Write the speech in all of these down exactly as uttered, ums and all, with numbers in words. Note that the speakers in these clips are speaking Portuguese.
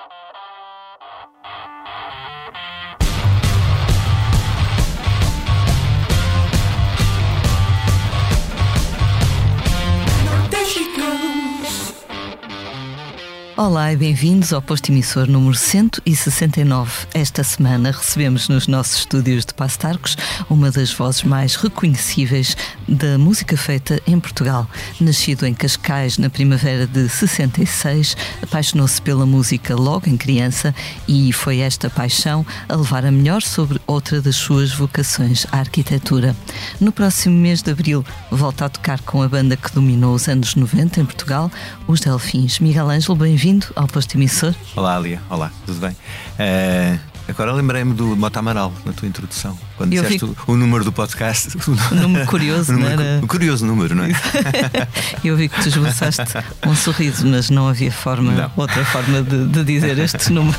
Olá e bem-vindos ao Posto Emissor número cento e sessenta e nove. Esta semana recebemos nos nossos estúdios de Paço de Arcos uma das vozes mais reconhecíveis da música feita em Portugal. Nascido em Cascais na primavera de sessenta e seis, apaixonou-se pela música logo em criança e foi esta paixão a levar a melhor sobre outra das suas vocações, a arquitetura. No próximo mês de abril volta a tocar com a banda que dominou os anos noventa em Portugal, os Delfins. Miguel Ângelo, bem-vindo ao Posto Emissor. Olá, Lia. Olá, tudo bem? Uh, agora lembrei-me do Mota Amaral na tua introdução, quando Eu disseste vi... o, o número do podcast. O número curioso, o número, não era? O curioso número, não é? Eu vi que tu esboçaste um sorriso, mas não havia forma, não. outra forma de, de dizer este número.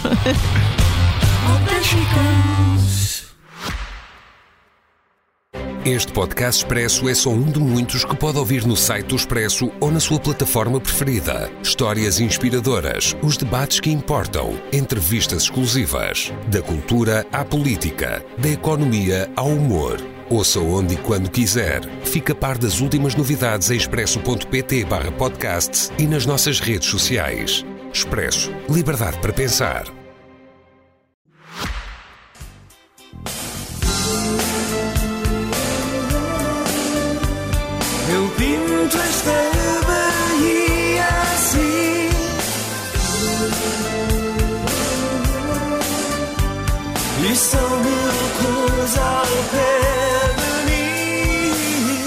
Este podcast Expresso é só um de muitos que pode ouvir no site do Expresso ou na sua plataforma preferida. Histórias inspiradoras, os debates que importam, entrevistas exclusivas. Da cultura à política, da economia ao humor. Ouça onde e quando quiser. Fica a par das últimas novidades em expresso.pt barra podcasts e nas nossas redes sociais. Expresso. Liberdade para pensar. Eu pinto esta Bahia assim, e são mil cores ao pé de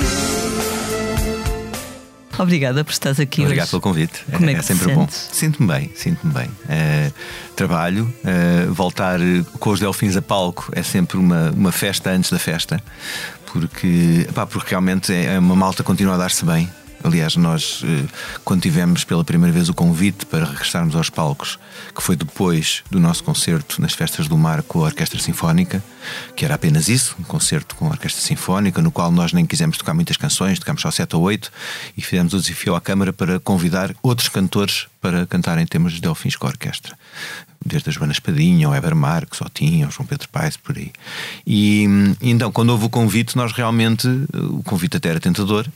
mim. Obrigada por estares aqui. Obrigado hoje. pelo convite. Como é, é, que é sempre te bom. sentes? Sinto-me bem, sinto-me bem. Uh, trabalho, uh, voltar com os Delfins a palco é sempre uma, uma festa antes da festa. Porque, pá, porque realmente é uma malta que continua a dar-se bem. Aliás, nós, quando tivemos pela primeira vez o convite para regressarmos aos palcos, que foi depois do nosso concerto nas Festas do Mar com a Orquestra Sinfónica, que era apenas isso, um concerto com a Orquestra Sinfónica, no qual nós nem quisemos tocar muitas canções, tocámos só sete ou oito, e fizemos o desafio à Câmara para convidar outros cantores para cantarem temas de Delfins com a orquestra. Desde a Joana Espadinha, o Eber Marques, o Tinha, o João Pedro Paes, por aí. E, e então, quando houve o convite, nós realmente, o convite até era tentador,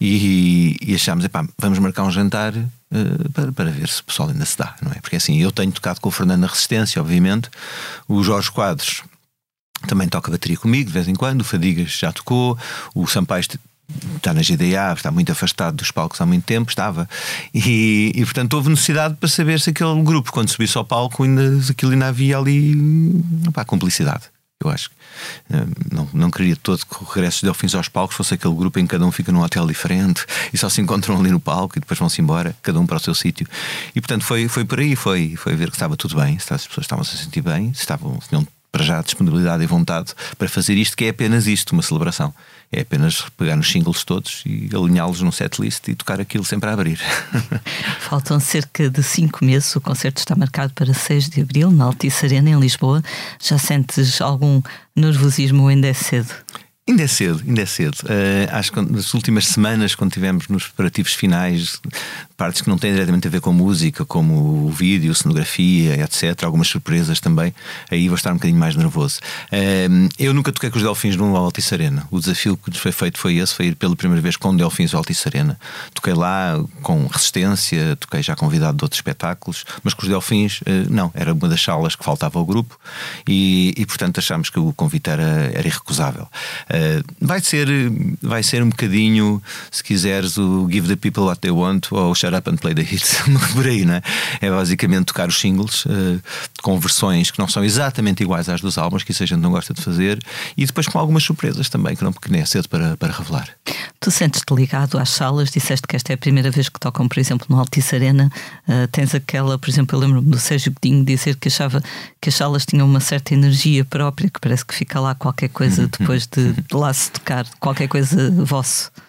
e, e achámos, epá, vamos marcar um jantar uh, para, para ver se o pessoal ainda se dá, não é? Porque assim, eu tenho tocado com o Fernando na Resistência, obviamente, o Jorge Quadros também toca bateria comigo de vez em quando, o Fadigas já tocou, o Sampaio está na G D A, está muito afastado dos palcos há muito tempo, estava. E, e portanto houve necessidade para saber se aquele grupo, quando subisse ao palco, ainda, se aquilo ainda havia ali, opá, cumplicidade. Eu acho que não, não queria todo que o regresso de Delfins aos palcos fosse aquele grupo em que cada um fica num hotel diferente e só se encontram ali no palco e depois vão-se embora, cada um para o seu sítio. E portanto foi, foi por aí, foi, foi ver que estava tudo bem, se as pessoas estavam -se a sentir bem, se estavam, se tinham para já disponibilidade e vontade para fazer isto, que é apenas isto, uma celebração. É apenas pegar nos singles todos e alinhá-los num setlist e tocar aquilo sempre a abrir. Faltam cerca de cinco meses, o concerto está marcado para seis de abril, na Altice Arena, em Lisboa. Já sentes algum nervosismo ou ainda é cedo? Ainda é cedo, ainda é cedo. Uh, acho que nas últimas semanas, quando tivemos nos preparativos finais, partes que não têm diretamente a ver com música, como o vídeo, cenografia, etcétera, algumas surpresas também, aí vou estar um bocadinho mais nervoso. Uh, eu nunca toquei com os Delfins no Altice Arena. O desafio que nos foi feito foi esse, foi ir pela primeira vez com Delfins ao Altice Arena. Toquei lá com Resistência, toquei já convidado de outros espetáculos, mas com os Delfins, uh, não, era uma das salas que faltava ao grupo e, e portanto achámos que o convite era, era irrecusável. Uh, vai ser, vai ser um bocadinho, se quiseres, o Give the People What They Want ou Shut Up and Play the Hits, por aí, não é? É basicamente tocar os singles uh, com versões que não são exatamente iguais às dos álbuns, que isso a gente não gosta de fazer, e depois com algumas surpresas também, que não, que nem é cedo para, para revelar. Tu sentes-te ligado às salas? Disseste que esta é a primeira vez que tocam, por exemplo, no Altice Arena. Uh, tens aquela, por exemplo, eu lembro-me do Sérgio Godinho dizer que achava que as salas tinham uma certa energia própria, que parece que fica lá qualquer coisa depois de, de lá se tocar, qualquer coisa vosso.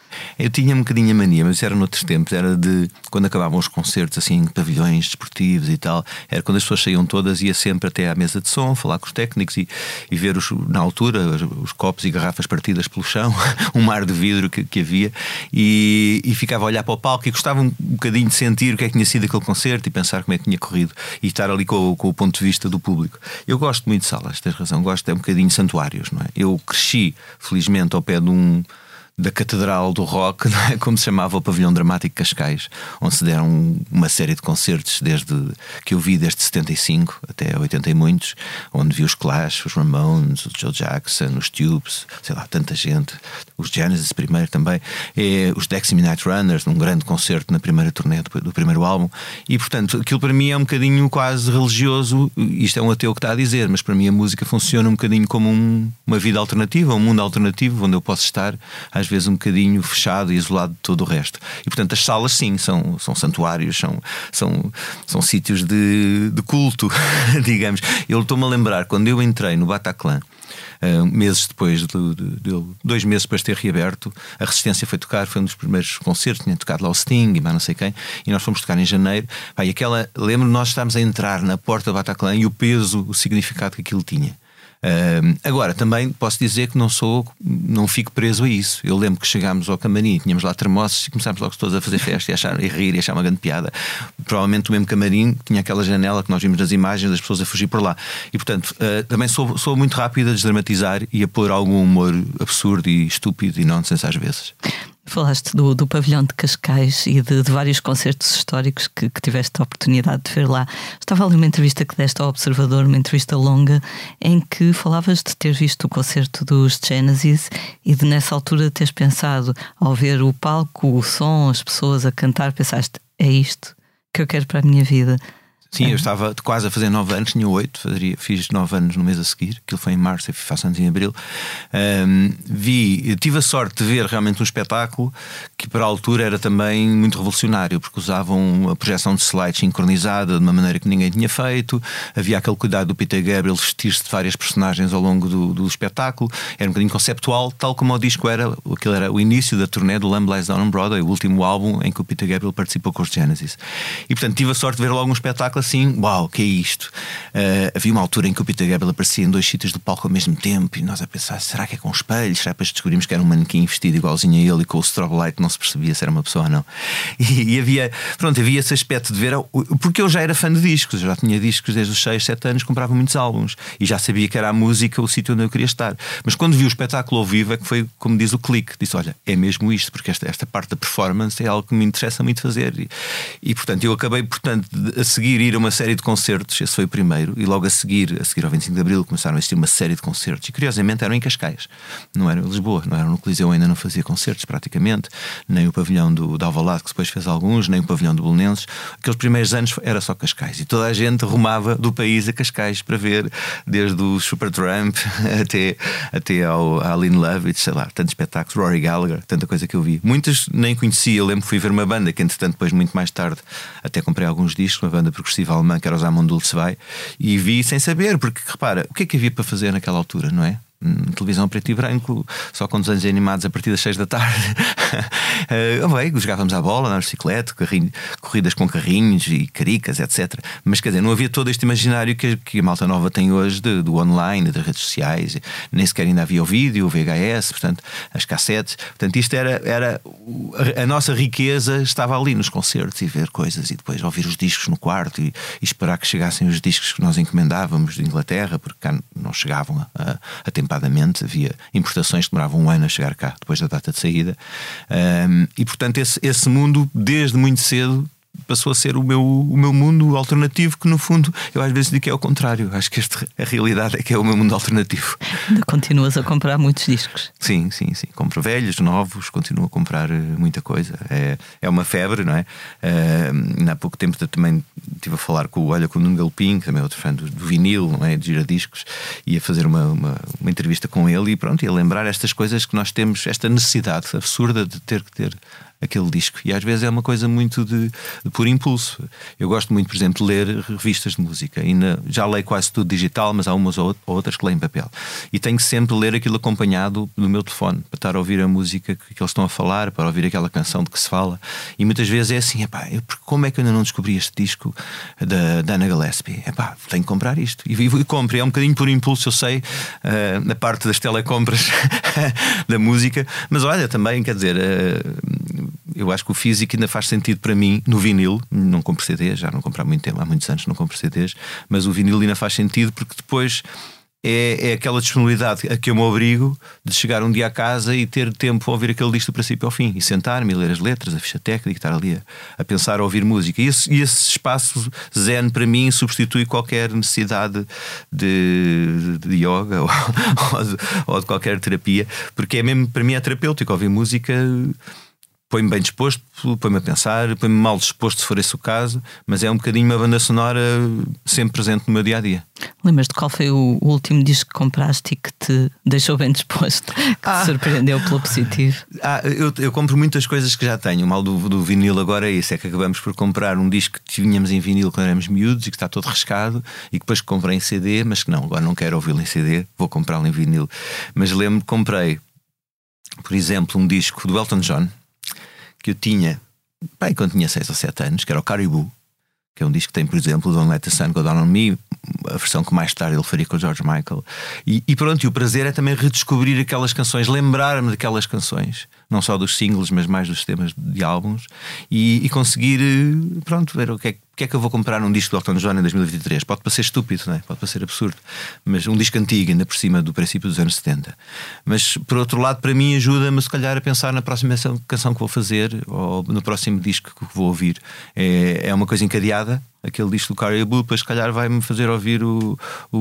Eu tinha um bocadinho a mania, mas era noutros tempos, era de quando acabavam os concertos assim em pavilhões desportivos e tal, era quando as pessoas saíam todas, ia sempre até à mesa de som, falar com os técnicos e, e ver os, na altura os, os copos e garrafas partidas pelo chão, um mar de vidro que, que havia, e, e ficava a olhar para o palco e gostava um bocadinho de sentir o que é que tinha sido aquele concerto e pensar como é que tinha corrido e estar ali com, com o ponto de vista do público. Eu gosto muito de salas, tens razão, gosto é um bocadinho de santuários, não é? Eu cresci, felizmente, ao pé de um da Catedral do Rock, não é? Como se chamava o Pavilhão Dramático Cascais, onde se deram uma série de concertos desde que eu vi desde setenta e cinco até oitenta e muitos, onde vi os Clash, os Ramones, o Joe Jackson, os Tubes, sei lá, tanta gente, os Genesis primeiro também, e os Dexy Midnight Runners, num grande concerto na primeira turnê do, do primeiro álbum, e portanto aquilo para mim é um bocadinho quase religioso. Isto é um ateu que está a dizer, mas para mim a música funciona um bocadinho como um, uma vida alternativa, um mundo alternativo onde eu posso estar às vezes um bocadinho fechado e isolado de todo o resto. E portanto as salas sim, são, são santuários, são, são, são sítios de, de culto, digamos. Eu estou-me a lembrar, quando eu entrei no Bataclan, Uh, meses depois, de, de, de, dois meses depois de ter reaberto, a Resistência foi tocar, foi um dos primeiros concertos, tinha tocado lá o Sting e mais não sei quem, e nós fomos tocar em janeiro. Pá, e aquela, lembro-me, nós estávamos a entrar na porta do Bataclan e o peso, o significado que aquilo tinha. Uh, agora, também posso dizer que não sou, não fico preso a isso. Eu lembro que chegámos ao camarim, tínhamos lá termossos e começámos logo todos a fazer festa e a, achar, a rir e a achar uma grande piada. Provavelmente o mesmo camarim tinha aquela janela que nós vimos nas imagens das pessoas a fugir por lá. E portanto, uh, também sou, sou muito rápido a desdramatizar e a pôr algum humor absurdo e estúpido e nonsense às vezes. Falaste do, do pavilhão de Cascais e de, de vários concertos históricos que, que tiveste a oportunidade de ver lá. Estava ali uma entrevista que deste ao Observador, uma entrevista longa, em que falavas de ter visto o concerto dos Genesis e de nessa altura teres pensado, ao ver o palco, o som, as pessoas a cantar, pensaste, é isto que eu quero para a minha vida. Sim, eu estava quase a fazer nove anos, tinha oito, faria, fiz nove anos no mês a seguir, aquilo foi em março, eu faço anos em abril. Um, vi, tive a sorte de ver realmente um espetáculo que para a altura era também muito revolucionário, porque usavam a projeção de slides sincronizada de uma maneira que ninguém tinha feito, havia aquele cuidado do Peter Gabriel vestir-se de várias personagens ao longo do, do espetáculo, era um bocadinho conceptual, tal como o disco era, aquilo era o início da turnê do Lamb Lies Down on Broadway, o último álbum em que o Peter Gabriel participou com os Genesis. E portanto tive a sorte de ver logo um espetáculo assim, uau, que é isto? Uh, havia uma altura em que o Peter Gabriel aparecia em dois sítios do palco ao mesmo tempo e nós a pensar, será que é com espelhos? Será que depois descobrimos que era um manequim vestido igualzinho a ele e com o strobe light não se percebia se era uma pessoa ou não? E, e havia, pronto, havia esse aspecto de ver, porque eu já era fã de discos, eu já tinha discos desde os seis, sete anos, comprava muitos álbuns e já sabia que era a música o sítio onde eu queria estar. Mas quando vi o espetáculo ao vivo é que foi, como diz o clique, disse, olha, é mesmo isto, porque esta, esta parte da performance é algo que me interessa muito fazer. E, e portanto, eu acabei, portanto, a seguir ir a uma série de concertos, esse foi o primeiro, e logo a seguir, a seguir ao vinte e cinco de Abril, começaram a existir uma série de concertos, e curiosamente eram em Cascais, não era em Lisboa, não era no Coliseu, ainda não fazia concertos praticamente, nem o pavilhão do, do Alvalade, que depois fez alguns, nem o pavilhão do Belenenses. Aqueles primeiros anos era só Cascais, e toda a gente rumava do país a Cascais para ver, desde o Supertramp até, até ao, à Lynn Lovitz, sei lá, tantos espetáculos, Rory Gallagher, tanta coisa que eu vi. Muitas nem conhecia, eu lembro que fui ver uma banda que entretanto depois muito mais tarde até comprei alguns discos, uma banda progressiva alemã que era os Amon Dulce, e vi sem saber, porque repara, o que é que havia para fazer naquela altura, não é? Televisão preto e branco, só com desenhos animados a partir das seis da tarde. uh, bem, jogávamos à bola, na bicicleta, carrinho, corridas com carrinhos e caricas, etcétera. Mas quer dizer, não havia todo este imaginário que, que a malta nova tem hoje de, do online, das redes sociais, nem sequer ainda havia o vídeo, o V H S, portanto, as cassetes. Portanto, isto era, era a, a nossa riqueza estava ali nos concertos e ver coisas e depois ouvir os discos no quarto e, e esperar que chegassem os discos que nós encomendávamos de Inglaterra, porque cá não chegavam a, a tempo. Havia importações que demoravam um ano a chegar cá depois da data de saída, um, e portanto esse, esse mundo desde muito cedo passou a ser o meu, o meu mundo alternativo, que no fundo eu às vezes digo que é o contrário. Acho que este, a realidade é que é o meu mundo alternativo. Ainda continuas a comprar muitos discos? Sim, sim, sim. Compro velhos, novos, continuo a comprar muita coisa. É, é uma febre, não é? Uh, há pouco tempo também estive a falar com, olha, com o Nuno Galpim, que também é outro fã do, do vinil, não é? De giradiscos, e a fazer uma, uma, uma entrevista com ele e pronto, e a lembrar estas coisas que nós temos, esta necessidade absurda de ter que ter aquele disco. E às vezes é uma coisa muito de, de por impulso. Eu gosto muito, por exemplo, de ler revistas de música. E na, já leio quase tudo digital, mas há umas ou outras que leio em papel. E tenho que sempre ler aquilo acompanhado no meu telefone, para estar a ouvir a música que, que eles estão a falar, para ouvir aquela canção de que se fala. E muitas vezes é assim, epá, eu, como é que eu ainda não descobri este disco da, da Ana Gillespie? Epá, tenho que comprar isto. E, e, e compro. É um bocadinho por impulso, eu sei, uh, na parte das telecompras da música. Mas olha, também, quer dizer, uh, eu acho que o físico ainda faz sentido para mim no vinil. Não compro C Ds, já não compro há muito tempo, há muitos anos não compro C Ds, mas o vinil ainda faz sentido porque depois é, é aquela disponibilidade a que eu me obrigo de chegar um dia a casa e ter tempo a ouvir aquele disco do princípio ao fim e sentar-me e ler as letras, a ficha técnica, estar ali a, a pensar, a ouvir música. E esse, e esse espaço zen para mim substitui qualquer necessidade de, de yoga ou, ou, de, ou de qualquer terapia, porque é mesmo, para mim é terapêutico ouvir música. Põe-me bem disposto, põe-me a pensar, põe-me mal disposto se for esse o caso, mas é um bocadinho uma banda sonora sempre presente no meu dia-a-dia. Lembras-te qual foi o último disco que compraste e que te deixou bem disposto, que ah. te surpreendeu pelo positivo? Ah, eu, eu compro muitas coisas que já tenho. O mal do, do vinil agora é isso, é que acabamos por comprar um disco que tínhamos em vinil quando éramos miúdos e que está todo riscado, e que depois comprei em C D, mas que não, agora não quero ouvi-lo em C D, vou comprá-lo em vinil. Mas lembro que comprei, por exemplo, um disco do Elton John que eu tinha, bem, quando tinha seis ou sete anos, que era o Caribou, que é um disco que tem, por exemplo, Don't Let the Sun Go Down on Me, a versão que mais tarde ele faria com o George Michael. E, e pronto, e o prazer é também redescobrir aquelas canções, lembrar-me daquelas canções, não só dos singles, mas mais dos temas de álbuns, e, e conseguir, pronto, ver o que é, que é que eu vou comprar num disco do Elton John em dois mil e vinte e três. Pode parecer estúpido, não é? Pode parecer absurdo, mas um disco antigo, ainda por cima do princípio dos anos setenta. Mas por outro lado, para mim, ajuda-me se calhar a pensar na próxima canção que vou fazer ou no próximo disco que vou ouvir. É, é uma coisa encadeada. Aquele disco do Caribou, depois se calhar vai-me fazer ouvir o,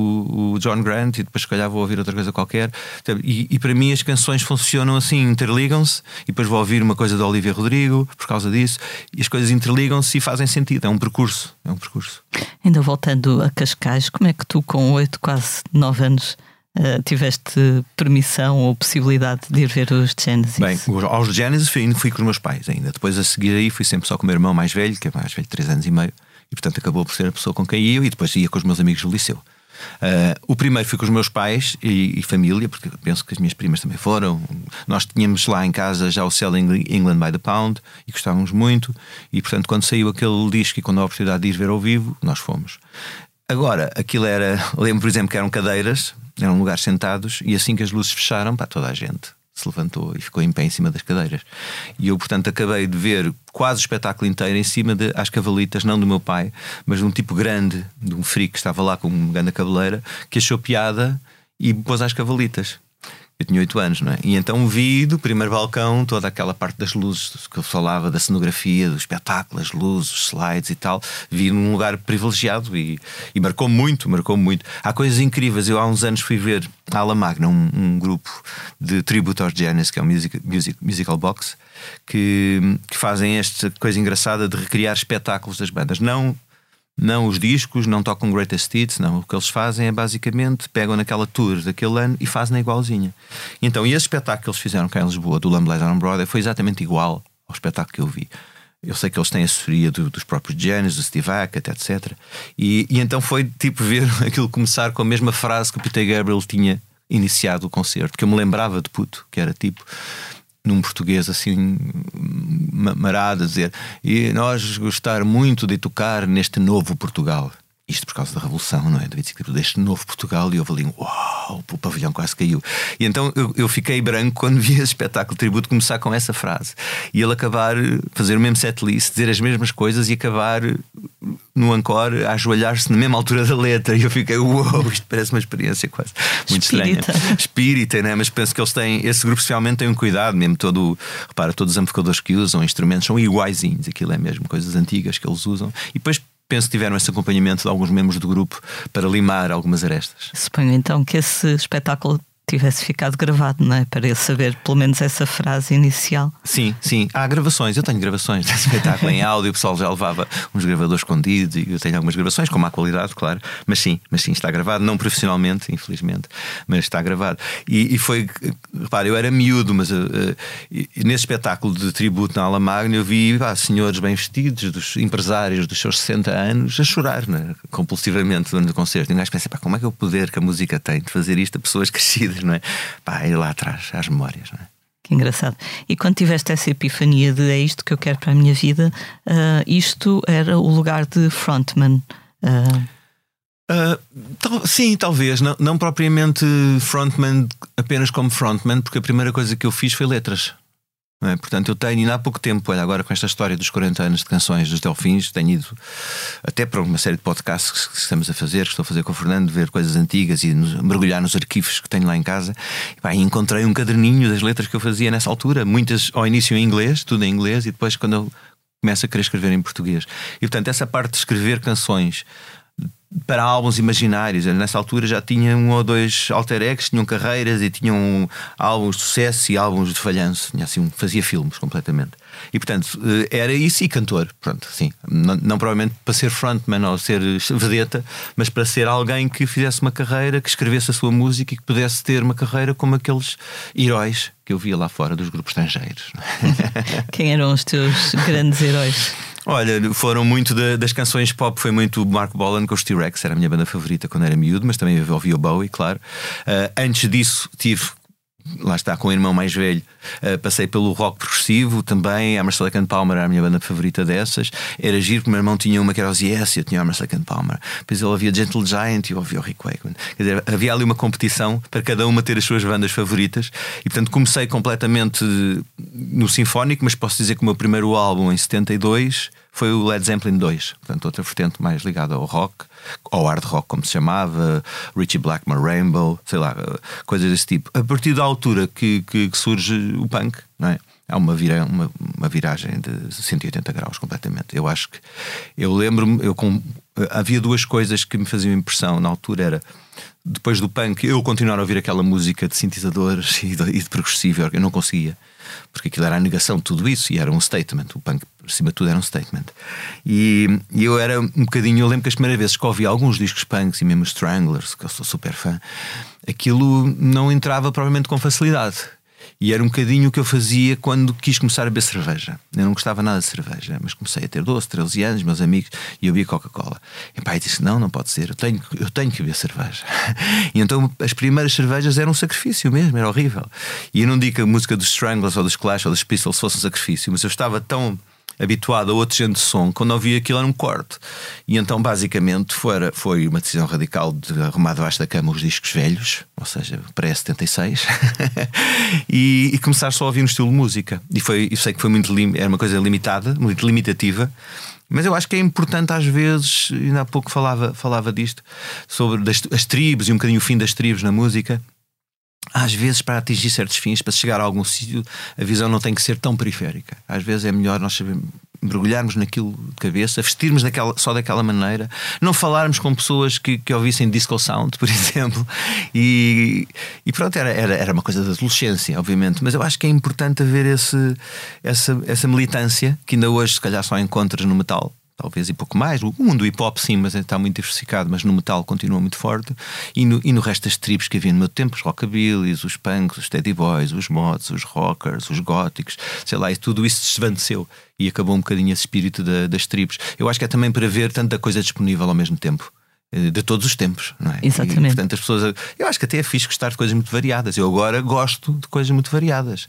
o, o John Grant, e depois se calhar vou ouvir outra coisa qualquer. E, e para mim as canções funcionam assim, interligam-se, e depois vou ouvir uma coisa da Olivia Rodrigo por causa disso, e as coisas interligam-se e fazem sentido. É um percurso, é um percurso. Ainda voltando a Cascais, como é que tu com oito, quase nove anos Uh, tiveste permissão ou possibilidade de ir ver os Genesis? Bem, aos Genesis fui, fui com os meus pais ainda. Depois a seguir aí fui sempre só com o meu irmão mais velho, que é mais velho de três anos e meio, e portanto acabou por ser a pessoa com quem ia, e depois ia com os meus amigos do liceu. Uh, o primeiro fui com os meus pais e, e família, porque penso que as minhas primas também foram. Nós tínhamos lá em casa já o Selling England by the Pound e gostávamos muito, e portanto quando saiu aquele disco e quando a oportunidade de ir ver ao vivo, nós fomos. Agora, aquilo era, lembro por exemplo que eram cadeiras, eram lugares sentados, e assim que as luzes fecharam, pá, toda a gente se levantou e ficou em pé em cima das cadeiras. E eu, portanto, acabei de ver quase o espetáculo inteiro em cima de, às cavalitas, não do meu pai, mas de um tipo grande, de um freak que estava lá com uma grande cabeleira, que achou piada e pôs às cavalitas. Eu tinha oito anos, não é? E então vi do primeiro balcão toda aquela parte das luzes que eu falava, da cenografia, do espetáculo, as luzes, os slides e tal. Vi num lugar privilegiado e, e marcou muito, marcou muito. Há coisas incríveis. Eu há uns anos fui ver a Ala Magna, um, um grupo de tributo aos Genesis, que é o Music, Music, Musical Box, que, que fazem esta coisa engraçada de recriar espetáculos das bandas. Não... Não os discos, não tocam Greatest Hits, não. O que eles fazem é basicamente pegam naquela tour daquele ano e fazem igualzinha. Então, e esse espetáculo que eles fizeram cá em Lisboa, do Lamb on Broadway, foi exatamente igual ao espetáculo que eu vi. Eu sei que eles têm a assessoria do, dos próprios Genesis, do Steve Hackett, etcétera. E, e então foi tipo ver aquilo começar com a mesma frase que o Peter Gabriel tinha iniciado o concerto, que eu me lembrava de puto, que era tipo... num português assim marado, a dizer: e nós gostar muito de tocar neste novo Portugal. Isto por causa da Revolução, não é? Deste novo Portugal. E houve ali um uau, o pavilhão quase caiu. E então eu, eu fiquei branco quando vi esse espetáculo de tributo começar com essa frase. E ele acabar, fazer o mesmo setlist, dizer as mesmas coisas e acabar no encore a ajoelhar-se na mesma altura da letra. E eu fiquei, uau, isto parece uma experiência quase muito Espírita. estranha. Espírita, né? Mas penso que eles têm, esse grupo especialmente tem um cuidado, mesmo todo, repara, todos os amplificadores que usam, instrumentos são iguaizinhos. Aquilo é mesmo coisas antigas que eles usam. E depois penso que tiveram esse acompanhamento de alguns membros do grupo para limar algumas arestas. Suponho então que esse espetáculo tivesse ficado gravado, não é? Para eu saber pelo menos essa frase inicial. Sim, sim. Há gravações, eu tenho gravações de espetáculo em áudio, o pessoal já levava uns gravadores escondidos e eu tenho algumas gravações, com má qualidade, claro. Mas sim, mas sim, está gravado, não profissionalmente, infelizmente, mas está gravado. E, e foi, repara, eu era miúdo, mas uh, uh, nesse espetáculo de tributo na Aula Magna eu vi pá, senhores bem vestidos, dos empresários dos seus sessenta anos, a chorar, né? Compulsivamente durante o concerto. E um gajo pensa, pá, como é que é o poder que a música tem de fazer isto a pessoas crescidas, não é? Pá, ir lá atrás, às memórias, não é? Que engraçado. E quando tiveste essa epifania de é isto que eu quero para a minha vida, uh, isto era o lugar de frontman? Uh... Uh, tal, sim, talvez. Não, não propriamente frontman apenas como frontman, porque a primeira coisa que eu fiz foi letras. Não é? Portanto, eu tenho, ainda há pouco tempo, olha, agora com esta história dos quarenta anos de canções dos Delfins, tenho ido até para uma série de podcasts que estamos a fazer, que estou a fazer com o Fernando, ver coisas antigas e nos, mergulhar nos arquivos que tenho lá em casa. E, pá, encontrei um caderninho das letras que eu fazia nessa altura, muitas ao início em inglês, tudo em inglês, e depois quando eu começo a querer escrever em português. E portanto, essa parte de escrever canções para álbuns imaginários, nessa altura já tinha um ou dois alter egos, tinham carreiras e tinham álbuns de sucesso e álbuns de falhanço, tinha assim, fazia filmes completamente. E portanto era isso e cantor, pronto, sim. Não, não provavelmente para ser frontman ou ser vedeta, mas para ser alguém que fizesse uma carreira, que escrevesse a sua música e que pudesse ter uma carreira como aqueles heróis que eu via lá fora dos grupos estrangeiros. Quem eram os teus grandes heróis? Olha, foram muito de, das canções pop, foi muito o Mark Bolan com os T-Rex, era a minha banda favorita quando era miúdo, mas também ouvi o Bowie, claro. Uh, antes disso tive, lá está, com o irmão mais velho, uh, passei pelo rock progressivo também. A Emerson, Lake and Palmer era a minha banda favorita dessas. Era giro porque o meu irmão tinha uma que era os Yes, eu tinha a Emerson, Lake and Palmer. Depois ele ouvia Gentle Giant e eu ouvia o Rick Wakeman. Quer dizer, havia ali uma competição para cada uma ter as suas bandas favoritas. E portanto comecei completamente no sinfónico, mas posso dizer que o meu primeiro álbum em setenta e dois foi o Led Zeppelin dois, portanto outra vertente mais ligada ao rock, ao hard rock como se chamava, Ritchie Blackmore, Rainbow, sei lá, coisas desse tipo. A partir da altura que, que, que surge o punk, não é? Há uma, vira, uma, uma viragem de cento e oitenta graus completamente. Eu acho que, eu lembro-me, eu com, havia duas coisas que me faziam impressão na altura, era depois do punk eu continuar a ouvir aquela música de sintetizadores e de, e de progressivo, eu não conseguia, porque aquilo era a negação de tudo isso e era um statement. O punk, por cima de tudo, era um statement. E, e eu era um bocadinho. Eu lembro que as primeiras vezes que ouvi alguns discos punks e mesmo Stranglers, que eu sou super fã, aquilo não entrava provavelmente com facilidade. E era um bocadinho o que eu fazia quando quis começar a beber cerveja. Eu não gostava nada de cerveja, mas comecei a ter doze, treze anos, meus amigos, e eu bebia Coca-Cola. E pai disse: não, não pode ser, eu tenho, eu tenho que beber cerveja. E então as primeiras cervejas eram um sacrifício mesmo, era horrível. E eu não digo que a música dos Stranglers ou dos Clash ou dos Pistols fosse um sacrifício, mas eu estava tão habituado a outro género de som, quando ouvia aquilo era um corte. E então basicamente foi, foi uma decisão radical de arrumar debaixo da cama os discos velhos, ou seja, pré-setenta e seis, e, e começar só a ouvir no estilo música. E foi, eu sei que foi muito, era uma coisa limitada, muito limitativa, mas eu acho que é importante às vezes, ainda há pouco falava, falava disto, sobre das, as tribos e um bocadinho o fim das tribos na música. Às vezes, para atingir certos fins, para chegar a algum sítio, a visão não tem que ser tão periférica. Às vezes é melhor nós sabermos, mergulharmos naquilo de cabeça, vestirmos daquela, só daquela maneira, não falarmos com pessoas que, que ouvissem disco sound, por exemplo. E, e pronto, era, era, era uma coisa da adolescência, obviamente. Mas eu acho que é importante haver esse, essa, essa militância que ainda hoje, se calhar, só encontras no metal. Talvez e pouco mais. O mundo do hip hop sim, mas está muito diversificado, mas no metal continua muito forte. E no, e no resto das tribos que havia no meu tempo, os rockabillys, os punks, os teddy boys, os mods, os rockers, os góticos, sei lá, e tudo isso se desvaneceu e acabou um bocadinho esse espírito da, das tribos. Eu acho que é também para ver tanta coisa disponível ao mesmo tempo, de todos os tempos, não é? Exatamente. E, portanto, as pessoas, eu acho que até é fixe gostar de coisas muito variadas. Eu agora gosto de coisas muito variadas.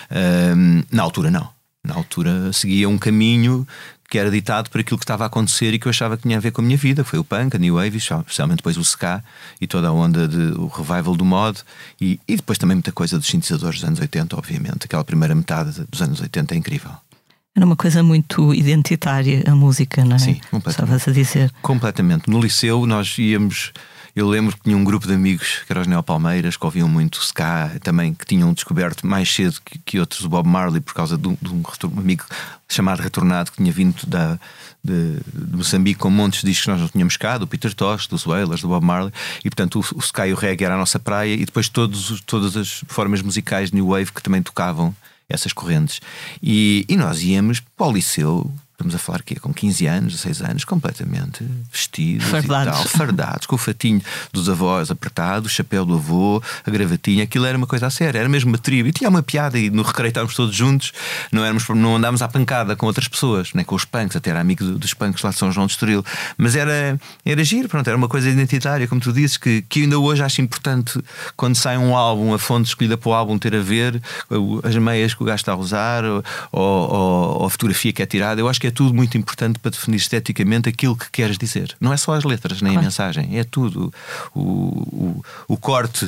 Um, na altura não. Na altura seguia um caminho que era ditado por aquilo que estava a acontecer e que eu achava que tinha a ver com a minha vida. Foi o punk, a new wave, especialmente depois o ska e toda a onda de o revival do mod e, e depois também muita coisa dos sintetizadores dos anos oitenta, obviamente. Aquela primeira metade dos anos oitenta é incrível. Era uma coisa muito identitária a música, não é? Sim, completamente. Estavas a dizer. Completamente. No liceu nós íamos... Eu lembro que tinha um grupo de amigos que eram os Neopalmeiras, que ouviam muito ska, também que tinham descoberto mais cedo que, que outros o Bob Marley, por causa de um, de um amigo chamado Retornado, que tinha vindo da, de, de Moçambique com montes de discos que nós não tínhamos cá, do Peter Tosh, dos Wailers, do Bob Marley, e portanto o, o ska e o reggae era a nossa praia, e depois todos, todas as formas musicais de New Wave que também tocavam essas correntes. E, e nós íamos para o liceu. Estamos a falar que com quinze anos, dezesseis anos, completamente vestidos fardados. e tal, fardados, com o fatinho dos avós apertado, o chapéu do avô, a gravatinha. Aquilo era uma coisa a séria, era mesmo uma tribo. E tinha uma piada, e no recreio estávamos todos juntos, não, éramos, não andávamos à pancada com outras pessoas, nem com os punks, até era amigo dos punks lá de São João de Estoril. Mas era, era giro, pronto, era uma coisa identitária, como tu dizes, que, que ainda hoje acho importante, quando sai um álbum, a fonte escolhida para o álbum ter a ver, as meias que o gajo está a usar, ou, ou, ou a fotografia que é tirada. Eu acho que é tudo muito importante para definir esteticamente aquilo que queres dizer. Não é só as letras, nem claro. A mensagem, é tudo. O, o, o corte,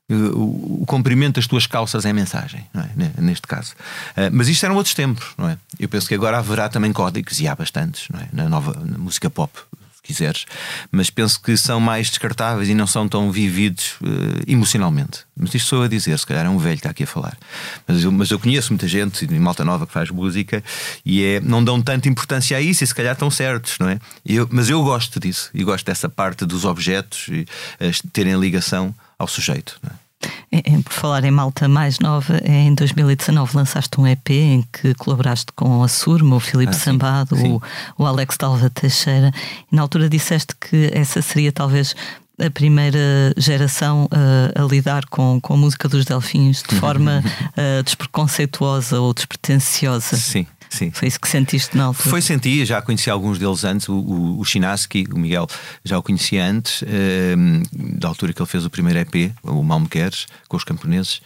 o, o comprimento das tuas calças é a mensagem, não é? Neste caso. Uh, mas isto eram outros tempos, não é? Eu penso que agora haverá também códigos, e há bastantes, não é? Na nova na música pop, quiseres, mas penso que são mais descartáveis e não são tão vividos uh, emocionalmente. Mas isto sou a dizer, se calhar é um velho que está aqui a falar. Mas eu, mas eu conheço muita gente, malta nova que faz música, e é, não dão tanta importância a isso, e se calhar estão certos, não é? Eu, mas eu gosto disso, e gosto dessa parte dos objetos e, uh, terem ligação ao sujeito, não é? Por falar em malta mais nova, em dois mil e dezanove lançaste um E P em que colaboraste com a Surma, o Filipe ah, Sambado, sim, sim. O, o Alex Dalva Teixeira, e na altura disseste que essa seria talvez a primeira geração uh, a lidar com, com a música dos Delfins de forma uh, despreconceituosa ou despretensiosa. Sim. Sim. Foi isso que sentiste na altura? Foi, senti, já conhecia alguns deles antes. O, o, o Chinaski, o Miguel, já o conhecia antes, eh, da altura que ele fez o primeiro E P, o Mal Me Queres, com os camponeses,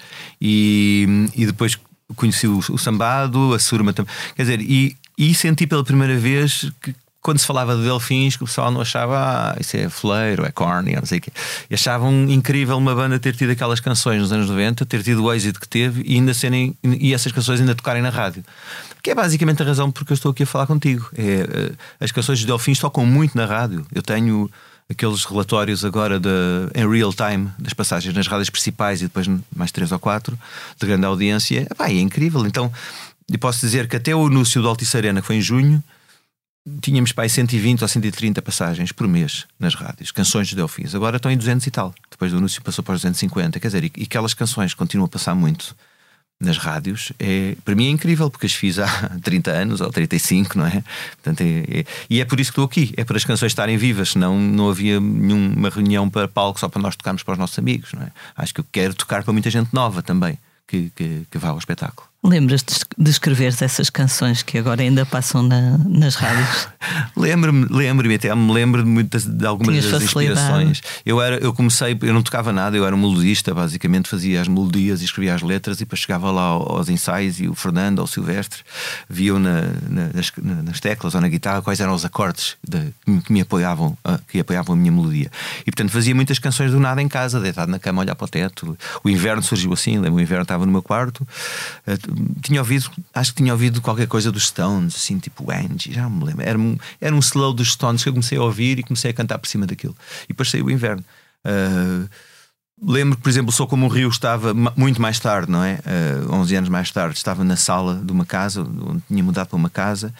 e, e depois conheci o, o Sambado, a Surma também. Quer dizer, e, e senti pela primeira vez que, quando se falava de Delfins, que o pessoal não achava, ah, isso é fleiro, é corny, não sei o quê. E achavam incrível uma banda ter tido aquelas canções nos anos noventa, ter tido o êxito que teve e ainda serem, e essas canções ainda tocarem na rádio. Que é basicamente a razão porque eu estou aqui a falar contigo. É, as canções dos Delfins tocam muito na rádio. Eu tenho aqueles relatórios agora de, em real time das passagens nas rádios principais e depois mais três ou quatro de grande audiência. Epá, é incrível. Então, eu posso dizer que até o anúncio do Altice Arena, que foi em junho, tínhamos para aí cento e vinte ou cento e trinta passagens por mês nas rádios, canções de Delfins. Agora estão em duzentos e tal. Depois do anúncio passou para os duzentos e cinquenta. Quer dizer, e, e aquelas canções continuam a passar muito nas rádios, é, para mim é incrível, porque as fiz há trinta anos ou trinta e cinco, não é? Portanto, é, é, e é por isso que estou aqui, é para as canções estarem vivas, senão não havia nenhuma reunião para palco só para nós tocarmos para os nossos amigos, não é? Acho que eu quero tocar para muita gente nova também, que, que, que vá ao espetáculo. Lembras-te de escreveres essas canções que agora ainda passam na, nas rádios? Lembro-me, lembro-me, até me lembro de, muitas, de algumas Tinhas das facilidade. inspirações. Eu, era, eu comecei, eu não tocava nada, eu era um melodista, basicamente fazia as melodias e escrevia as letras, e depois chegava lá aos ensaios e o Fernando ou o Silvestre viam na, na, nas, nas teclas ou na guitarra quais eram os acordes de, que me apoiavam, que apoiavam a minha melodia. E portanto fazia muitas canções do nada em casa, deitado na cama a olhar para o teto. O inverno surgiu assim, lembro, o inverno estava no meu quarto. Tinha ouvido, acho que tinha ouvido qualquer coisa dos Stones, assim, tipo Angie, já me lembro. Era um, era um slow dos Stones que eu comecei a ouvir e comecei a cantar por cima daquilo. E depois saiu o inverno. Uh, lembro que, por exemplo, Sou Como um Rio estava muito mais tarde, não é? Uh, onze anos mais tarde, estava na sala de uma casa, onde tinha mudado para uma casa.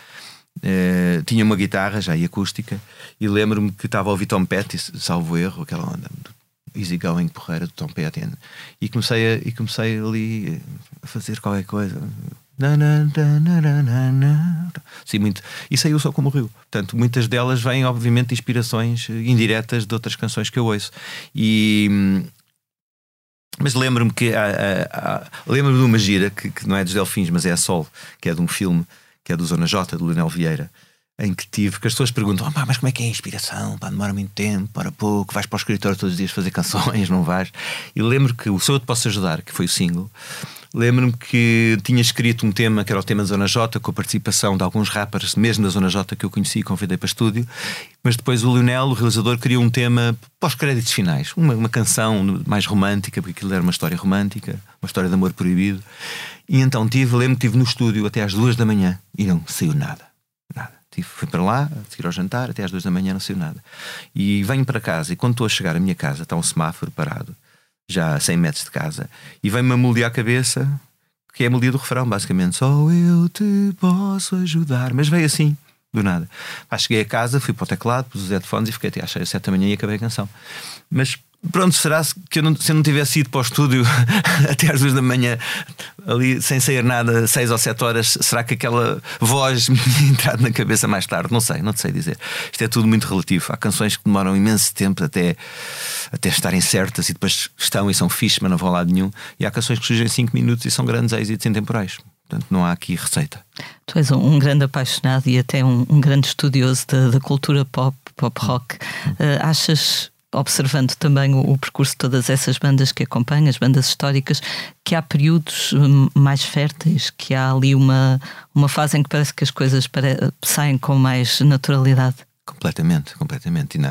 Uh, tinha uma guitarra já e acústica, e lembro-me que estava a ouvir Tom Petty, salvo erro, aquela onda Easy Going porreira do Tom Petty, e comecei, a, e comecei ali a fazer qualquer coisa. Sim, muito. E saiu Só Como o Rio. Portanto, muitas delas vêm, obviamente, de inspirações indiretas de outras canções que eu ouço. E. Mas lembro-me que há, há, há, lembro-me de uma gira que, que não é dos Delfins, mas é a Sol, que é de um filme que é do Zona J, do Leonel Vieira, em que tive, que as pessoas perguntam, oh, pá, mas como é que é a inspiração? Pá, demora muito tempo, para pouco, vais para o escritório todos os dias fazer canções, não vais? E lembro que o Se Eu Te Posso Ajudar, que foi o single, lembro-me que tinha escrito um tema que era o tema da Zona J, com a participação de alguns rappers, mesmo da Zona J, que eu conheci e convidei para estúdio, mas depois o Leonel, o realizador, criou um tema para os créditos finais, uma, uma canção mais romântica, porque aquilo era uma história romântica, uma história de amor proibido. E então tive, lembro-me que estive no estúdio até às duas da manhã e não saiu nada. Nada. Fui para lá, a seguir ao jantar, até às duas da manhã não saiu nada. E venho para casa, e quando estou a chegar à minha casa, está um semáforo parado, já a cem metros de casa, e vem-me a melodia à cabeça, que é a melodia do refrão, basicamente. Só eu te posso ajudar. Mas veio assim, do nada. Pá, cheguei a casa, fui para o teclado, pus os headphones e fiquei até às seis, sete da manhã e acabei a canção. Mas pronto, será que eu não, se eu não tivesse ido para o estúdio até às duas da manhã, ali sem sair nada, seis ou sete horas, será que aquela voz me tinha entrado na cabeça mais tarde? Não sei, não te sei dizer. Isto é tudo muito relativo. Há canções que demoram imenso tempo até, até estarem certas e depois estão e são fixe, mas não vão a lado nenhum. E há canções que surgem em cinco minutos e são grandes êxitos intemporais. Portanto, não há aqui receita. Tu és um, um grande apaixonado e até um, um grande estudioso da, da cultura pop, pop rock. Uh, achas, observando também o, o percurso de todas essas bandas que acompanhas, bandas históricas, que há períodos mais férteis, que há ali uma, uma fase em que parece que as coisas pare... saem com mais naturalidade? Completamente, completamente. E não,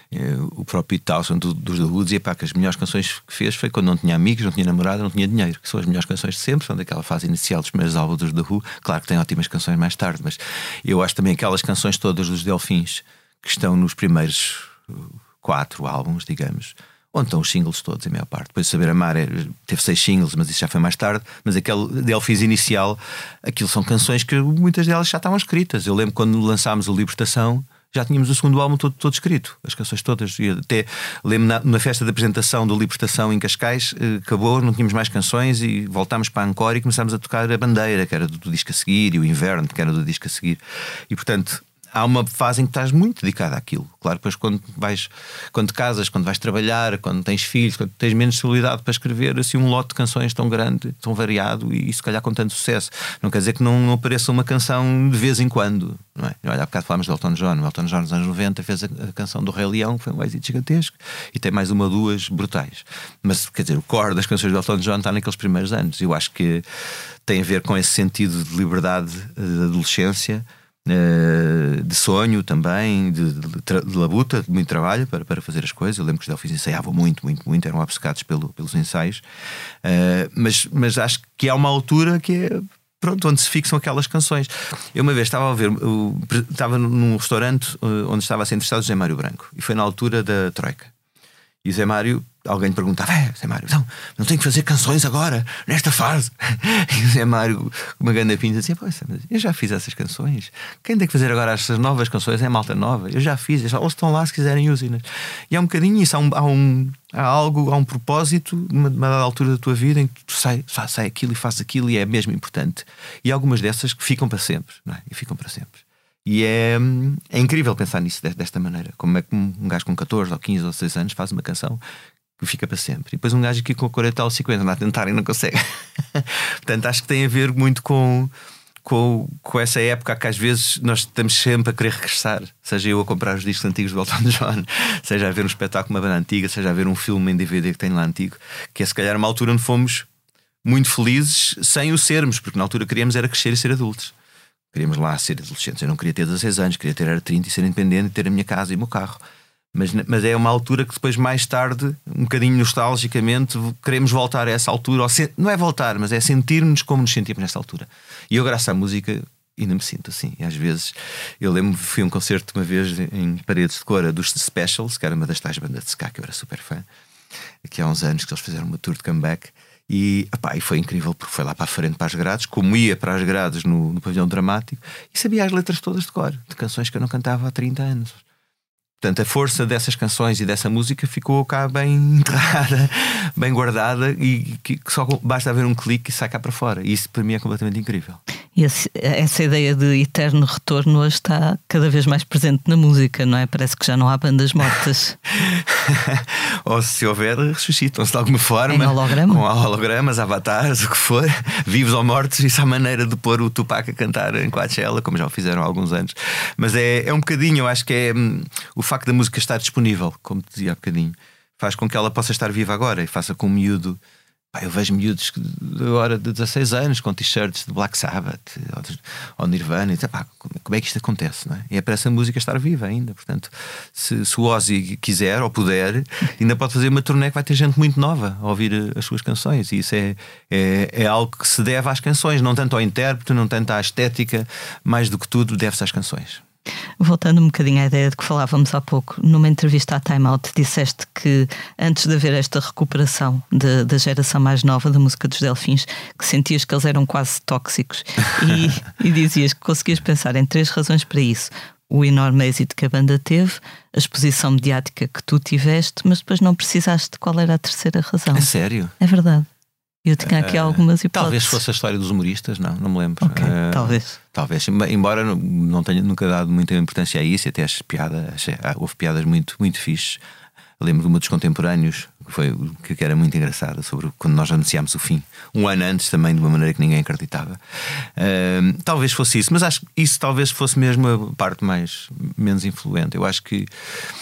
o próprio Pete Townshend do, dos The Who dizia pá, que as melhores canções que fez foi quando não tinha amigos, não tinha namorada, não tinha dinheiro, que são as melhores canções de sempre, são daquela fase inicial dos primeiros álbuns dos The Who. Claro que tem ótimas canções mais tarde, mas eu acho também aquelas canções todas dos Delfins que estão nos primeiros quatro álbuns, digamos, onde estão os singles todos, a maior parte. Depois de Saber Amar teve seis singles, mas isso já foi mais tarde. Mas aquele Delfins inicial, aquilo são canções que muitas delas já estavam escritas. Eu lembro quando lançámos o Libertação, já tínhamos o segundo álbum todo, todo escrito, as canções todas. E até lembro na, na festa de apresentação do Libertação em Cascais, eh, acabou, não tínhamos mais canções e voltámos para a Encore e começámos a tocar a Bandeira, que era do, do disco a seguir, e o Inverno, que era do disco a seguir. E portanto há uma fase em que estás muito dedicado àquilo. Claro, depois quando vais, quando te casas, quando vais trabalhar, quando tens filhos, quando tens menos solidariedade para escrever assim um lote de canções tão grande, tão variado e, e se calhar com tanto sucesso. Não quer dizer que não, não apareça uma canção de vez em quando, não é? Olha, há bocado falámos do Elton John. O Elton John nos anos noventa fez a, a canção do Rei Leão, que foi um êxito gigantesco, e tem mais uma ou duas brutais. Mas quer dizer, o core das canções do Elton John está naqueles primeiros anos. Eu acho que tem a ver com esse sentido de liberdade, de adolescência, de sonho também, de, de, de labuta, de muito trabalho para, para fazer as coisas. Eu lembro que os Delfins ensaiavam muito, muito, muito, eram obcecados pelo, pelos ensaios, uh, mas, mas acho que há uma altura que é, pronto, onde se fixam aquelas canções. Eu uma vez estava a ver, eu, estava num restaurante onde estava a ser entrevistado o Zé Mário Branco, e foi na altura da Troika. E o Zé Mário, alguém lhe perguntava: é, Zé Mário, não, não tenho que fazer canções agora, nesta fase. E o Zé Mário, com uma grande pinta, dizia: pois, eu já fiz essas canções. Quem tem que fazer agora essas novas canções é a malta nova. Eu já fiz, eles estão lá se quiserem usem-nas. E há um bocadinho isso, há, um, há, um, há algo, há um propósito, numa determinada altura da tua vida, em que tu sai, sai aquilo e fazes aquilo e é mesmo importante. E há algumas dessas que ficam para sempre, não é? E ficam para sempre. E é, é incrível pensar nisso desta maneira. Como é que um gajo com catorze ou quinze ou dezesseis anos faz uma canção que fica para sempre. E depois um gajo aqui com quarenta ou cinquenta anda a tentar e não consegue. Portanto, acho que tem a ver muito com, com, com essa época que às vezes nós estamos sempre a querer regressar. Seja eu a comprar os discos antigos do Elton John, seja a ver um espetáculo, uma banda antiga, seja a ver um filme em D V D que tem lá antigo, que é se calhar uma altura onde fomos muito felizes sem o sermos, porque na altura queríamos era crescer e ser adultos. Queríamos lá ser adolescentes. Eu não queria ter dezesseis anos, queria ter era trinta e ser independente e ter a minha casa e o meu carro. Mas, mas é uma altura que depois, mais tarde, um bocadinho nostalgicamente, queremos voltar a essa altura. Ou se, não é voltar, mas é sentir-nos como nos sentimos nessa altura. E eu, graças à música, ainda me sinto assim. E às vezes, eu lembro, fui a um concerto uma vez em Paredes de Cora dos The Specials, que era uma das tais bandas de ska que eu era super fã, que há uns anos que eles fizeram uma tour de comeback. E, epá, e foi incrível, porque foi lá para a frente, para as grades, como ia para as grades no, no pavilhão dramático, e sabia as letras todas de cor, de canções que eu não cantava há trinta anos. Portanto, a força dessas canções e dessa música ficou cá bem enterrada, bem guardada, e que, que só basta haver um clique e sai cá para fora. E isso para mim é completamente incrível. E esse, essa ideia de eterno retorno hoje está cada vez mais presente na música, não é? Parece que já não há bandas mortas. Ou se houver, ressuscitam-se de alguma forma. Em holograma? Com hologramas, avatares, o que for, vivos ou mortos. Isso há maneira de pôr o Tupac a cantar em Coachella, como já o fizeram há alguns anos. Mas é, é um bocadinho, eu acho que é hum, o facto da música estar disponível, como te dizia há bocadinho, faz com que ela possa estar viva agora e faça com o miúdo Pá, eu vejo miúdos agora de dezasseis anos com t-shirts de Black Sabbath ou, de, ou Nirvana e diz, pá, como é que isto acontece, não é? E é para essa música estar viva ainda. Portanto, se, se o Ozzy quiser ou puder, ainda pode fazer uma turnê que vai ter gente muito nova a ouvir as suas canções. E isso é, é, é algo que se deve às canções, não tanto ao intérprete, não tanto à estética, mais do que tudo deve-se às canções. Voltando um bocadinho à ideia de que falávamos há pouco, numa entrevista à Time Out disseste que antes de haver esta recuperação de, da geração mais nova da música dos Delfins, que sentias que eles eram quase tóxicos e, e dizias que conseguias pensar em três razões para isso: o enorme êxito que a banda teve, a exposição mediática que tu tiveste, mas depois não precisaste de qual era a terceira razão. É sério? É verdade. Eu tinha aqui uh, algumas hipóteses. Talvez fosse a história dos humoristas, não, não me lembro. Okay, uh, talvez. Talvez, embora não tenha nunca dado muita importância a isso, até as piadas, houve piadas muito, muito fixes. Eu lembro de uma dos contemporâneos, que foi que era muito engraçada, sobre quando nós anunciámos o fim, um ano antes também, de uma maneira que ninguém acreditava. Uh, talvez fosse isso, mas acho que isso talvez fosse mesmo a parte mais, menos influente. Eu acho que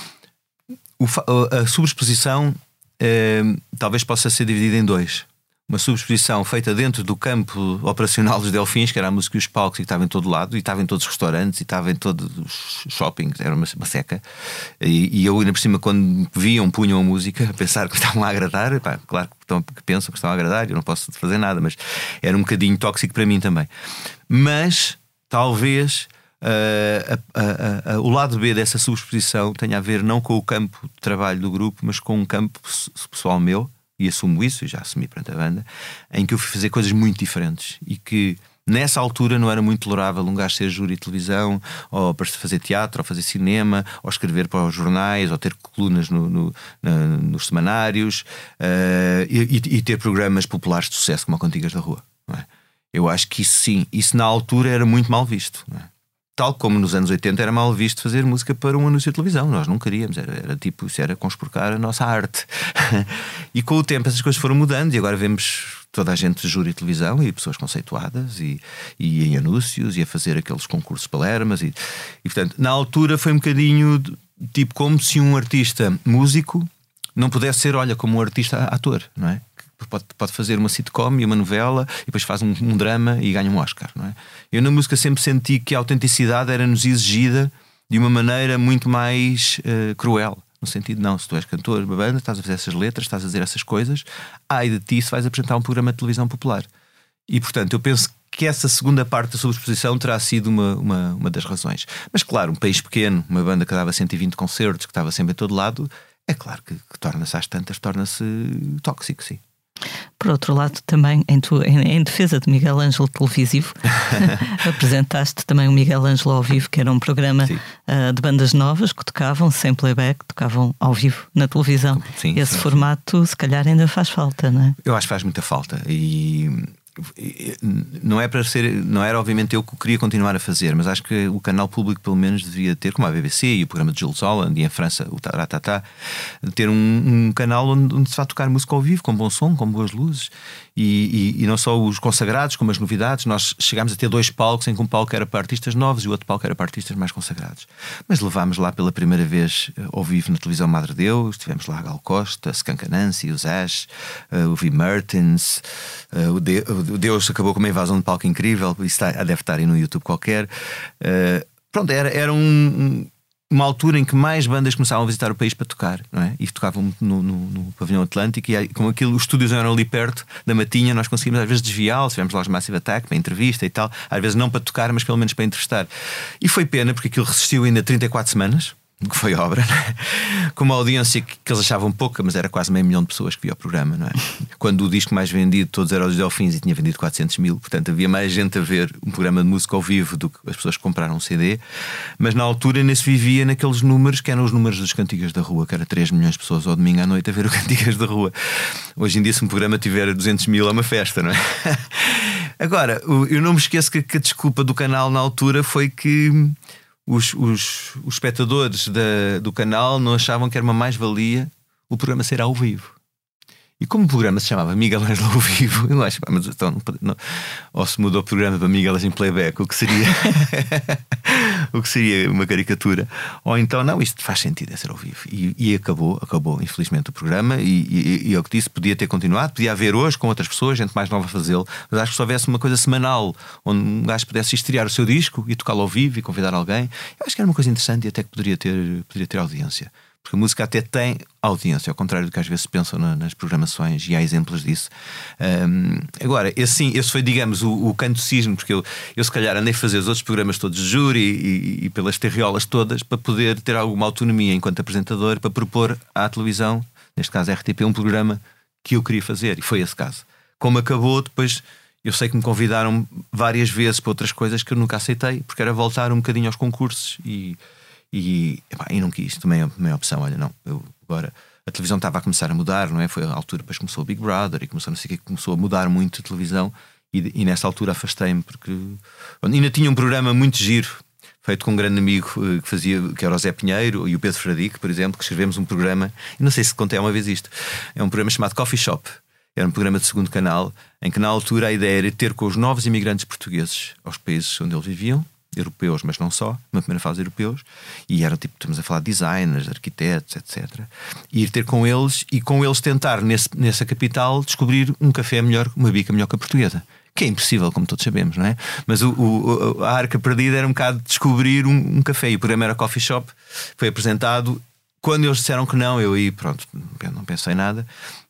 o, a sobreexposição uh, talvez possa ser dividida em dois. Uma subexposição feita dentro do campo operacional dos Delfins, que era a música e os palcos, e que estava em todo lado, e estava em todos os restaurantes, e estava em todos os shoppings, era uma, uma seca. E, e eu, ainda por cima, quando viam, punham a música, a pensar que estavam a agradar, pá, claro que, estão, que pensam que estão a agradar, eu não posso fazer nada, mas era um bocadinho tóxico para mim também. Mas, talvez, uh, a, a, a, o lado B dessa subexposição tenha a ver não com o campo de trabalho do grupo, mas com um campo pessoal meu. E assumo isso, e já assumi perante a banda, em que eu fui fazer coisas muito diferentes e que nessa altura não era muito tolerável um gajo ser júri de televisão, ou para fazer teatro, ou fazer cinema, ou escrever para os jornais, ou ter colunas no, no, na, nos semanários, uh, e, e ter programas populares de sucesso como a Cantigas da Rua, não é? Eu acho que isso sim, isso na altura era muito mal visto, não é? Tal como nos anos oitenta era mal visto fazer música para um anúncio de televisão. Nós não queríamos, era, era tipo, isso era conspurcar a nossa arte. E com o tempo essas coisas foram mudando, e agora vemos toda a gente de júri de televisão e pessoas conceituadas e, e em anúncios e a fazer aqueles concursos palermas. E, e portanto, na altura foi um bocadinho tipo como se um artista músico não pudesse ser, olha, como um artista ator, não é? Pode, pode fazer uma sitcom e uma novela e depois faz um, um drama e ganha um Oscar, não é? Eu na música sempre senti que a autenticidade era-nos exigida de uma maneira muito mais uh, cruel. No sentido, não, se tu és cantor, uma banda, estás a fazer essas letras, estás a dizer essas coisas, ai de ti se vais apresentar um programa de televisão popular. E portanto eu penso que essa segunda parte da sobreexposição terá sido uma, uma, uma das razões. Mas claro, um país pequeno, uma banda que dava cento e vinte concertos, que estava sempre em todo lado, é claro que, que torna-se às tantas, torna-se tóxico, sim. Por outro lado, também em, tu, em, em defesa de Miguel Ângelo televisivo, apresentaste também o Miguel Ângelo ao vivo, que era um programa uh, de bandas novas que tocavam sem playback, tocavam ao vivo na televisão. Sim, Esse sim, formato, sim. se calhar, ainda faz falta, não é? Eu acho que faz muita falta. E não é para ser, não era obviamente eu que o queria continuar a fazer, mas acho que o canal público pelo menos devia ter, como a B B C e o programa de Jules Holland e em França o Taratata, ter um, um canal onde, onde se vai tocar música ao vivo, com bom som, com boas luzes. E, e, e não só os consagrados como as novidades. Nós chegámos a ter dois palcos, em que um palco era para artistas novos e o outro palco era para artistas mais consagrados. Mas levámos lá pela primeira vez ao vivo na televisão Madre Deus. Tivemos lá a Gal Costa, Skunk Anansi, os Ash, uh, o V. Mertens, uh, o, de, o Deus acabou com uma invasão de palco incrível. Isso está, deve estar aí no YouTube qualquer. Uh, pronto, era, era um... um uma altura em que mais bandas começavam a visitar o país para tocar, não é? E tocavam no, no, no Pavilhão Atlântico, e como aquilo, os estúdios eram ali perto da Matinha, nós conseguimos às vezes desviá-los. Tivemos lá os Massive Attack para entrevista e tal, às vezes não para tocar, mas pelo menos para entrevistar. E foi pena, porque aquilo resistiu ainda trinta e quatro semanas, que foi obra, não é? Com uma audiência que, que eles achavam pouca, mas era quase meio milhão de pessoas que via o programa, não é? Quando o disco mais vendido todos eram os Delfins e tinha vendido quatrocentos mil, portanto havia mais gente a ver um programa de música ao vivo do que as pessoas que compraram um C D. Mas na altura ainda se vivia naqueles números que eram os números dos Cantigas da Rua, que era três milhões de pessoas ao domingo à noite a ver o Cantigas da Rua. Hoje em dia, se um programa tiver duzentos mil, é uma festa, não é? Agora, eu não me esqueço que, que a desculpa do canal na altura foi que Os, os, os espectadores da, do canal não achavam que era uma mais-valia o programa ser ao vivo. E como o programa se chamava Miguel Ângelo ao vivo, eu acho, mas então, não, não, ou se mudou o programa para Miguel Ângelo em playback, o que seria o que seria uma caricatura, ou então não, isto faz sentido, é ser ao vivo. E, e acabou, acabou infelizmente o programa. E, e, e eu que disse, podia ter continuado, podia haver hoje com outras pessoas, gente mais nova a fazê-lo, mas acho que se houvesse uma coisa semanal onde um gajo pudesse estrear o seu disco e tocá-lo ao vivo e convidar alguém, eu acho que era uma coisa interessante e até que poderia ter, poderia ter audiência. Porque a música até tem audiência, ao contrário do que às vezes se pensam na, nas programações, e há exemplos disso. Um, agora, esse sim, esse foi, digamos, o, o canto cisne, porque eu, eu se calhar andei a fazer os outros programas todos de júri e, e pelas terriolas todas para poder ter alguma autonomia enquanto apresentador, para propor à televisão, neste caso a R T P, um programa que eu queria fazer, e foi esse caso. Como acabou, depois eu sei que me convidaram várias vezes para outras coisas que eu nunca aceitei, porque era voltar um bocadinho aos concursos e. E, epá, e não quis, também é a minha opção. Olha, não, eu agora a televisão estava a começar a mudar, não é? Foi a altura, depois começou o Big Brother e começou, não sei o que, começou a mudar muito a televisão. E, e nessa altura afastei-me, porque ainda tinha um programa muito giro feito com um grande amigo que fazia, que era o Zé Pinheiro e o Pedro Fradique, por exemplo, que escrevemos um programa, e não sei se contei uma vez isto, é um programa chamado Coffee Shop. Era um programa de segundo canal, em que na altura a ideia era ter com os novos imigrantes portugueses aos países onde eles viviam, europeus, mas não só, na primeira fase europeus, e eram tipo, estamos a falar de designers, arquitetos, etcétera. E ir ter com eles e com eles tentar, nesse, nessa capital, descobrir um café melhor, uma bica melhor que a portuguesa. Que é impossível, como todos sabemos, não é? Mas o, o, a arca perdida era um bocado de descobrir um, um café, e o programa era Coffee Shop, foi apresentado. Quando eles disseram que não, eu aí, pronto, não pensei nada.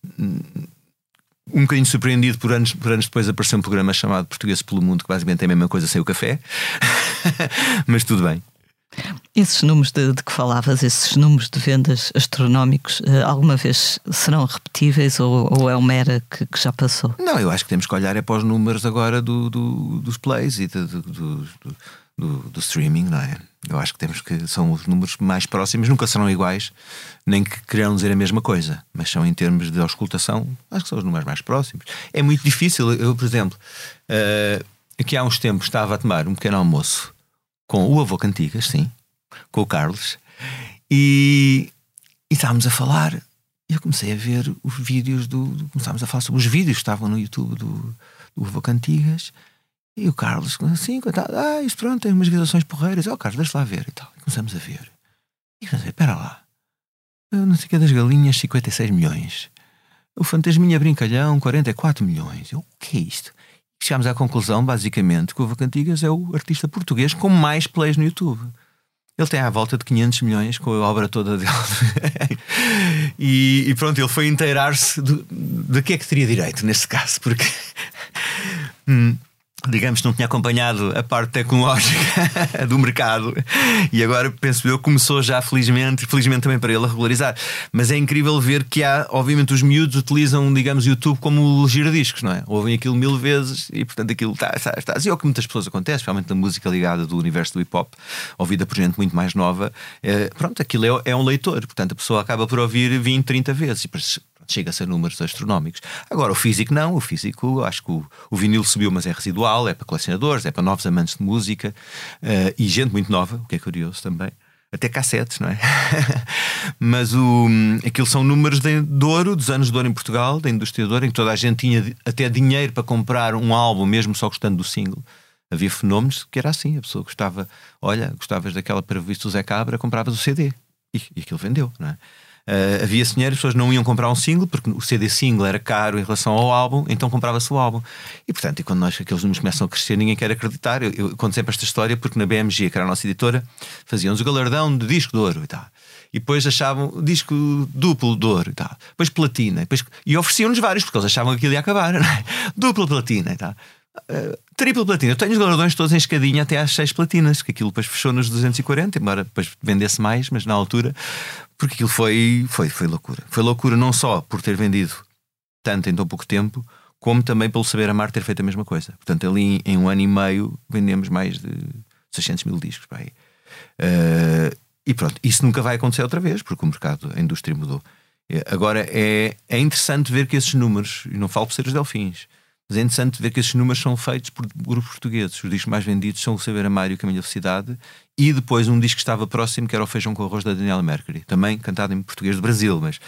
Um bocadinho surpreendido, por anos, por anos depois apareceu um programa chamado Português pelo Mundo, que basicamente é a mesma coisa sem o café. Mas tudo bem. Esses números de, de que falavas, esses números de vendas astronómicos, alguma vez serão repetíveis ou, ou é uma era que, que já passou? Não, eu acho que temos que olhar é para os números agora do, do, dos plays e do, do, do, do, do streaming, não é? Eu acho que temos que são os números mais próximos, nunca serão iguais, nem que quererão dizer a mesma coisa, mas são em termos de auscultação, acho que são os números mais próximos. É muito difícil. Eu, por exemplo, uh, aqui há uns tempos estava a tomar um pequeno almoço com o avô Cantigas, sim, com o Carlos, e, e estávamos a falar, e eu comecei a ver os vídeos do, do começámos a falar sobre os vídeos que estavam no YouTube do, do avô Cantigas. E o Carlos, assim, coitado, ah, isto pronto, tem umas visualizações porreiras. Oh, Carlos, deixa lá ver e tal. E começamos a ver. E pensei, espera lá, eu não sei o que é das galinhas, cinquenta e seis milhões. O Fantasminha Brincalhão, quarenta e quatro milhões. Eu, o que é isto? E chegámos à conclusão, basicamente, que o Avô Cantigas é o artista português com mais plays no YouTube. Ele tem à volta de quinhentos milhões com a obra toda dele. e, e pronto, ele foi inteirar-se de, de que é que teria direito nesse caso, porque... hum, digamos que não tinha acompanhado a parte tecnológica do mercado, e agora penso eu começou já felizmente, felizmente também para ele a regularizar. Mas é incrível ver que há, obviamente os miúdos utilizam, digamos, o YouTube como giradiscos, não é? Ouvem aquilo mil vezes e portanto aquilo está, está, está. E é o que muitas pessoas acontece, especialmente na música ligada do universo do hip hop, ouvida por gente muito mais nova. É, pronto, aquilo é, é um leitor, portanto a pessoa acaba por ouvir vinte, trinta vezes e depois chega-se a números astronómicos. Agora, o físico não, o físico, acho que o, o vinil subiu, mas é residual, é para colecionadores, é para novos amantes de música, uh, e gente muito nova, o que é curioso também, até cassetes, não é? Mas o, aquilo são números de, de ouro, dos anos de ouro em Portugal, da indústria de ouro, em que toda a gente tinha até dinheiro para comprar um álbum, mesmo só gostando do single. Havia fenómenos que era assim, a pessoa gostava, olha, gostavas daquela para visto do Zé Cabra, compravas o C D, e, e aquilo vendeu, não é? Uh, havia dinheiro, as pessoas não iam comprar um single porque o C D single era caro em relação ao álbum, então comprava-se o álbum. E portanto, e quando nós, aqueles números começam a crescer, ninguém quer acreditar. Eu, eu conto sempre esta história porque na B M G, que era a nossa editora, fazíamos o galardão de disco de ouro e tal. E depois achavam disco duplo de ouro e tal. Depois platina. E, depois, e ofereciam-nos vários porque eles achavam que aquilo ia acabar, não é? Dupla platina e tal. Uh, tripla platina. Eu tenho os galardões todos em escadinha até às seis platinas, que aquilo depois fechou nos duzentos e quarenta, embora depois vendesse mais, mas na altura, porque aquilo foi, foi, foi loucura. Foi loucura não só por ter vendido tanto em tão pouco tempo, como também pelo saber amar ter feito a mesma coisa. Portanto, ali em um ano e meio vendemos mais de seiscentos mil discos. Pai. Uh, e pronto, isso nunca vai acontecer outra vez, porque o mercado, a indústria mudou. Agora é, é interessante ver que esses números, e não falo por ser os Delfins, mas é interessante ver que esses números são feitos por grupos portugueses. Os discos mais vendidos são o Saber Amar e o Caminho da Felicidade, e depois um disco que estava próximo, que era o Feijão com Arroz da Daniela Mercury, também cantado em português do Brasil, mas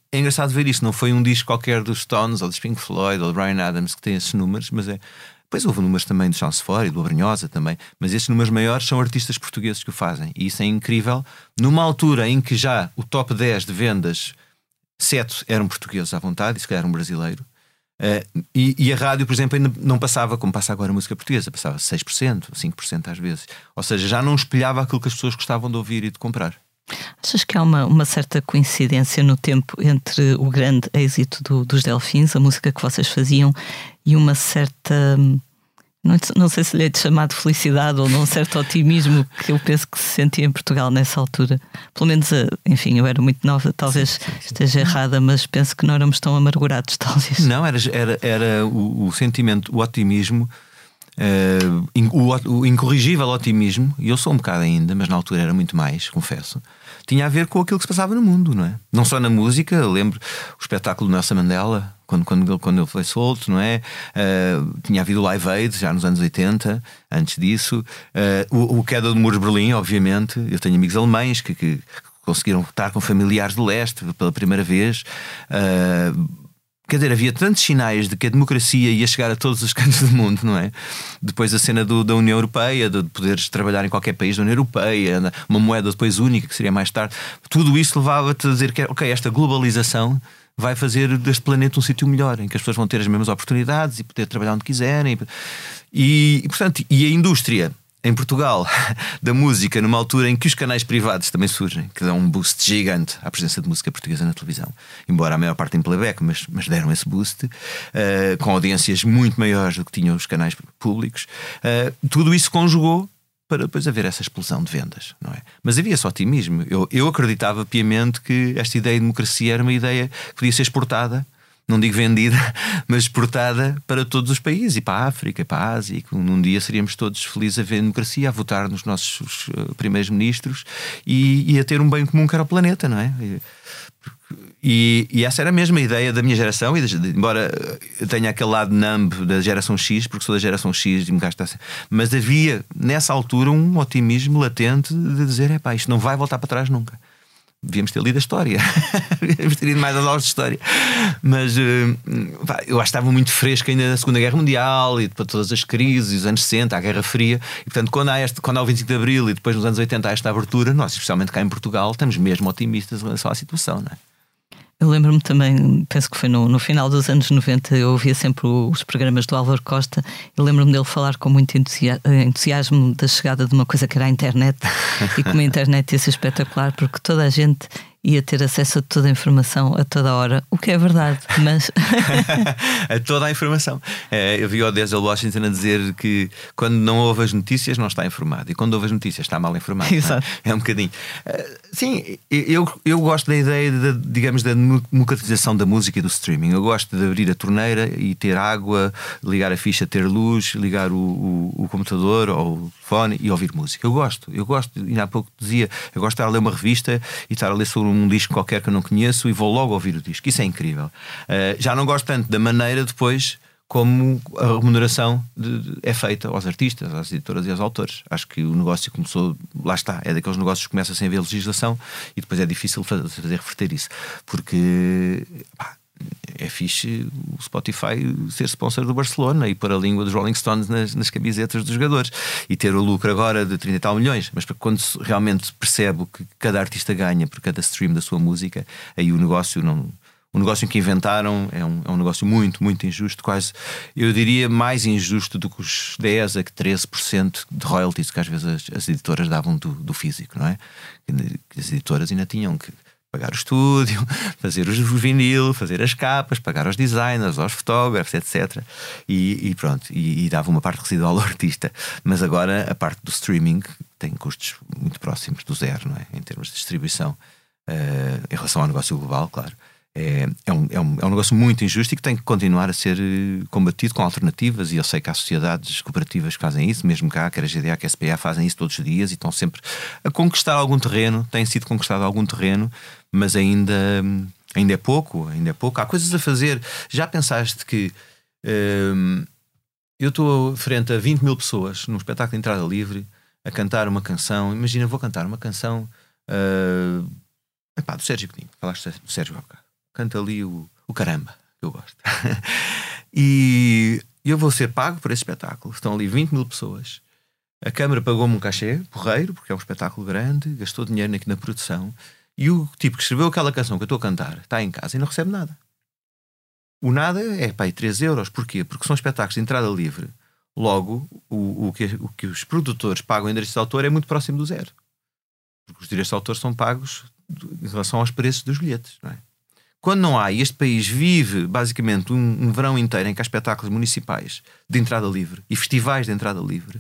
é engraçado ver isto. Não foi um disco qualquer dos Stones ou dos Pink Floyd ou do Bryan Adams que tem esses números, mas é. Depois houve números também do Chance Fora e do Abrinhosa também, mas esses números maiores são artistas portugueses que o fazem. E isso é incrível. Numa altura em que já o top dez de vendas, sete eram portugueses à vontade, e se calhar um brasileiro. Uh, e, e a rádio, por exemplo, ainda não passava como passa agora a música portuguesa, passava seis por cento, cinco por cento às vezes. Ou seja, já não espelhava aquilo que as pessoas gostavam de ouvir e de comprar. Achas que há uma, uma certa coincidência no tempo entre o grande êxito do, dos Delfins, a música que vocês faziam, e uma certa, não, não sei se lhe é de chamar de felicidade ou não, um certo otimismo que eu penso que se sentia em Portugal nessa altura? Pelo menos, enfim, eu era muito nova, talvez sim, sim, sim. esteja errada, mas penso que não éramos tão amargurados, talvez. Não, era, era, era o, o sentimento, o otimismo. Uh, o, o incorrigível otimismo, e eu sou um bocado ainda, mas na altura era muito mais, confesso, tinha a ver com aquilo que se passava no mundo, não é? Não só na música. Eu lembro o espetáculo do Nelson Mandela, quando, quando, quando ele foi solto, não é? Uh, tinha havido o Live Aid já nos anos oitenta, antes disso. Uh, o, o Queda do Muro de Berlim, obviamente. Eu tenho amigos alemães que, que conseguiram estar com familiares do leste pela primeira vez. Uh, Quer dizer, havia tantos sinais de que a democracia ia chegar a todos os cantos do mundo, não é? Depois a cena do, da União Europeia, de poderes trabalhar em qualquer país da União Europeia, uma moeda depois única, que seria mais tarde. Tudo isso levava-te a dizer que, ok, esta globalização vai fazer deste planeta um sítio melhor, em que as pessoas vão ter as mesmas oportunidades e poder trabalhar onde quiserem. E, e portanto, e a indústria em Portugal da música, numa altura em que os canais privados também surgem, que dão um boost gigante à presença de música portuguesa na televisão, embora a maior parte em playback, mas, mas deram esse boost, uh, com audiências muito maiores do que tinham os canais públicos. Uh, tudo isso conjugou para depois haver essa explosão de vendas, não é? Mas havia só otimismo. Eu, eu acreditava piamente que esta ideia de democracia era uma ideia que podia ser exportada, não digo vendida, mas exportada para todos os países, e para a África, e para a Ásia, e que num dia seríamos todos felizes a ver a democracia, a votar nos nossos uh, primeiros ministros e, e a ter um bem comum que era o planeta, não é? E, e essa era mesmo a ideia da minha geração, e de, de, embora eu tenha aquele lado numb da geração X, porque sou da geração X e me gasta assim, mas havia nessa altura um otimismo latente de dizer, epá, isto não vai voltar para trás nunca. Devíamos ter lido a história, devíamos ter ido mais às aulas de história, mas uh, pá, eu acho que estava muito fresco ainda na Segunda Guerra Mundial e depois todas as crises, os anos sessenta, a Guerra Fria, e portanto, quando há, este, quando há o vinte e cinco de Abril e depois nos anos oitenta há esta abertura, nós, especialmente cá em Portugal, estamos mesmo otimistas em relação à situação, não é? Eu lembro-me também, penso que foi no, no final dos anos noventa, eu ouvia sempre os programas do Álvaro Costa. Eu lembro-me dele falar com muito entusia- entusiasmo da chegada de uma coisa que era a internet, e como a internet ia ser espetacular, porque toda a gente ia ter acesso a toda a informação a toda a hora, o que é verdade, mas a toda a informação. Eu vi o Denzel Washington a dizer que quando não ouve as notícias não está informado, e quando ouve as notícias está mal informado. Exato. É? É um bocadinho. Sim, eu, eu gosto da ideia de, digamos, da democratização da música e do streaming. Eu gosto de abrir a torneira e ter água, ligar a ficha, ter luz, ligar o, o, o computador ou o telefone e ouvir música. Eu gosto, eu gosto, e há pouco dizia, eu gosto de estar a ler uma revista e estar a ler sobre um disco qualquer que eu não conheço e vou logo ouvir o disco. Isso é incrível. Uh, já não gosto tanto da maneira depois como a remuneração de, de, é feita aos artistas, às editoras e aos autores. Acho que o negócio começou, lá está, é daqueles negócios que começam sem haver legislação e depois é difícil fazer, fazer reverter isso, porque pá, é fixe o Spotify ser sponsor do Barcelona e pôr a língua dos Rolling Stones nas, nas camisetas dos jogadores e ter o lucro agora de trinta e tal milhões, mas quando se realmente percebe o que cada artista ganha por cada stream da sua música, aí o negócio não... O negócio que inventaram é um, é um negócio muito, muito injusto, quase, eu diria, mais injusto do que os dez a treze por cento de royalties que às vezes as, as editoras davam do, do físico, não é? As editoras ainda tinham que pagar o estúdio, fazer os vinil, fazer as capas, pagar aos designers, aos fotógrafos, etcétera. E, e pronto, e, e dava uma parte residual ao artista. Mas agora a parte do streaming tem custos muito próximos do zero, não é? Em termos de distribuição, uh, em relação ao negócio global, claro. É, é, um, é, um, é um negócio muito injusto e que tem que continuar a ser combatido com alternativas, e eu sei que há sociedades cooperativas que fazem isso, mesmo cá, quer a G D A, quer a S P A, fazem isso todos os dias e estão sempre a conquistar algum terreno, tem sido conquistado algum terreno, mas ainda, ainda é pouco, ainda é pouco. Há coisas a fazer. Já pensaste que hum, eu estou frente a vinte mil pessoas num espetáculo de entrada livre a cantar uma canção, imagina, vou cantar uma canção uh, epá, do Sérgio Godinho, falaste do Sérgio há bocado. canta ali o, o caramba, que eu gosto. E eu vou ser pago por esse espetáculo. Estão ali vinte mil pessoas. A Câmara pagou-me um cachê, porreiro, porque é um espetáculo grande, gastou dinheiro aqui na produção. E o tipo que escreveu aquela canção que eu estou a cantar está em casa e não recebe nada. O nada é, pá, três euros. Porquê? Porque são espetáculos de entrada livre. Logo, o, o, que, o que os produtores pagam em direitos de autor é muito próximo do zero. Porque os direitos de autor são pagos em relação aos preços dos bilhetes, não é? Quando não há, e este país vive basicamente um, um verão inteiro em que há espetáculos municipais de entrada livre e festivais de entrada livre,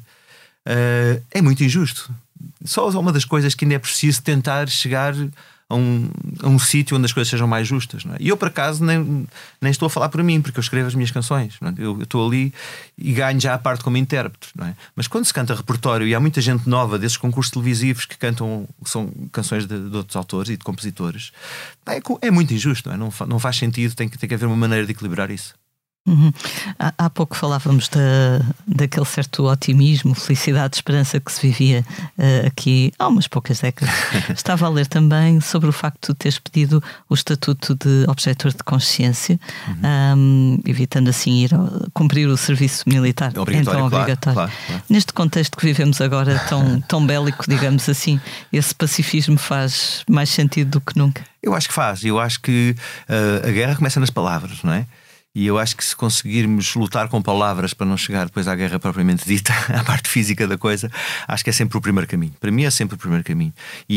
uh, é muito injusto. Só uma das coisas que ainda é preciso tentar chegar a um, a um sítio onde as coisas sejam mais justas, não é? E eu, por acaso, nem, nem estou a falar por mim, porque eu escrevo as minhas canções, não é? eu, eu estou ali e ganho já a parte como intérprete, não é? Mas quando se canta repertório, e há muita gente nova desses concursos televisivos que cantam, são canções de, de outros autores e de compositores, é, é muito injusto, não é? Não, não faz sentido, tem que, tem que haver uma maneira de equilibrar isso. Uhum. Há, há pouco falávamos da, daquele certo otimismo, felicidade, esperança que se vivia uh, aqui há umas poucas décadas. Estava a ler também sobre o facto de teres pedido o estatuto de objetor de consciência, uhum. um, evitando assim ir ao, cumprir o serviço militar, obrigatório, então obrigatório. Claro, claro, claro. Neste contexto que vivemos agora, tão, tão bélico, digamos assim, esse pacifismo faz mais sentido do que nunca? Eu acho que faz. Eu acho que uh, a guerra começa nas palavras, não é? E eu acho que se conseguirmos lutar com palavras para não chegar depois à guerra propriamente dita, à parte física da coisa, acho que é sempre o primeiro caminho. Para mim é sempre o primeiro caminho.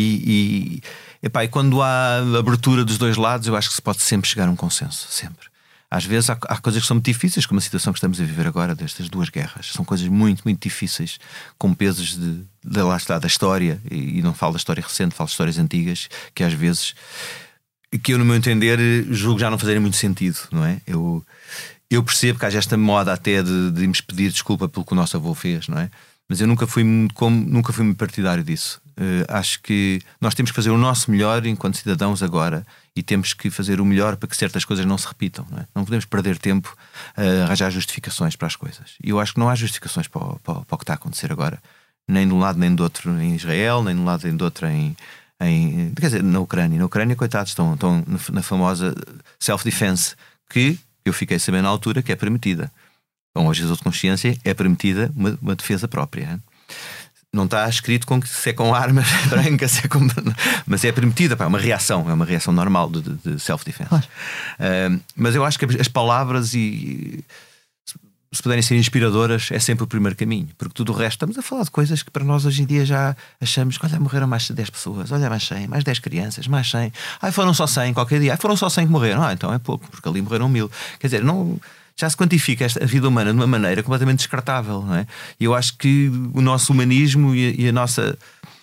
E, e, epá, e quando há abertura dos dois lados, eu acho que se pode sempre chegar a um consenso. Sempre. Às vezes há, há coisas que são muito difíceis, como a situação que estamos a viver agora destas duas guerras. São coisas muito, muito difíceis, com pesos de, de lá está, da história. E, e não falo da história recente, falo de histórias antigas, que às vezes... que eu, no meu entender, julgo já não fazerem muito sentido, não é? Eu, eu percebo que há esta moda até de, de me pedir desculpa pelo que o nosso avô fez, não é? Mas eu nunca fui, como, nunca fui muito partidário disso. Uh, acho que nós temos que fazer o nosso melhor enquanto cidadãos agora e temos que fazer o melhor para que certas coisas não se repitam, não é? Não podemos perder tempo a arranjar justificações para as coisas. E eu acho que não há justificações para o, para, para o que está a acontecer agora, nem de um lado nem do outro em Israel, nem de um lado nem do outro em... Em, quer dizer, na Ucrânia, na Ucrânia, coitados, estão, estão na famosa self-defense, que eu fiquei sabendo na altura que é permitida. Com a Jesus de consciência é permitida uma, uma defesa própria. Hein? Não está escrito com que se é com armas brancas, se é com... mas é permitida, pá, é uma reação, é uma reação normal de, de self-defense. Claro. Uh, mas eu acho que as palavras e. Se puderem ser inspiradoras, é sempre o primeiro caminho, porque tudo o resto, estamos a falar de coisas que para nós hoje em dia já achamos que, olha, morreram mais de dez pessoas, olha, mais cem, mais dez crianças, mais cem, ai, foram só cem qualquer dia, ai, foram só cem que morreram, ah, então é pouco, porque ali morreram mil. Quer dizer, não, já se quantifica esta, a vida humana de uma maneira completamente descartável, não é? E eu acho que o nosso humanismo e a, e a nossa...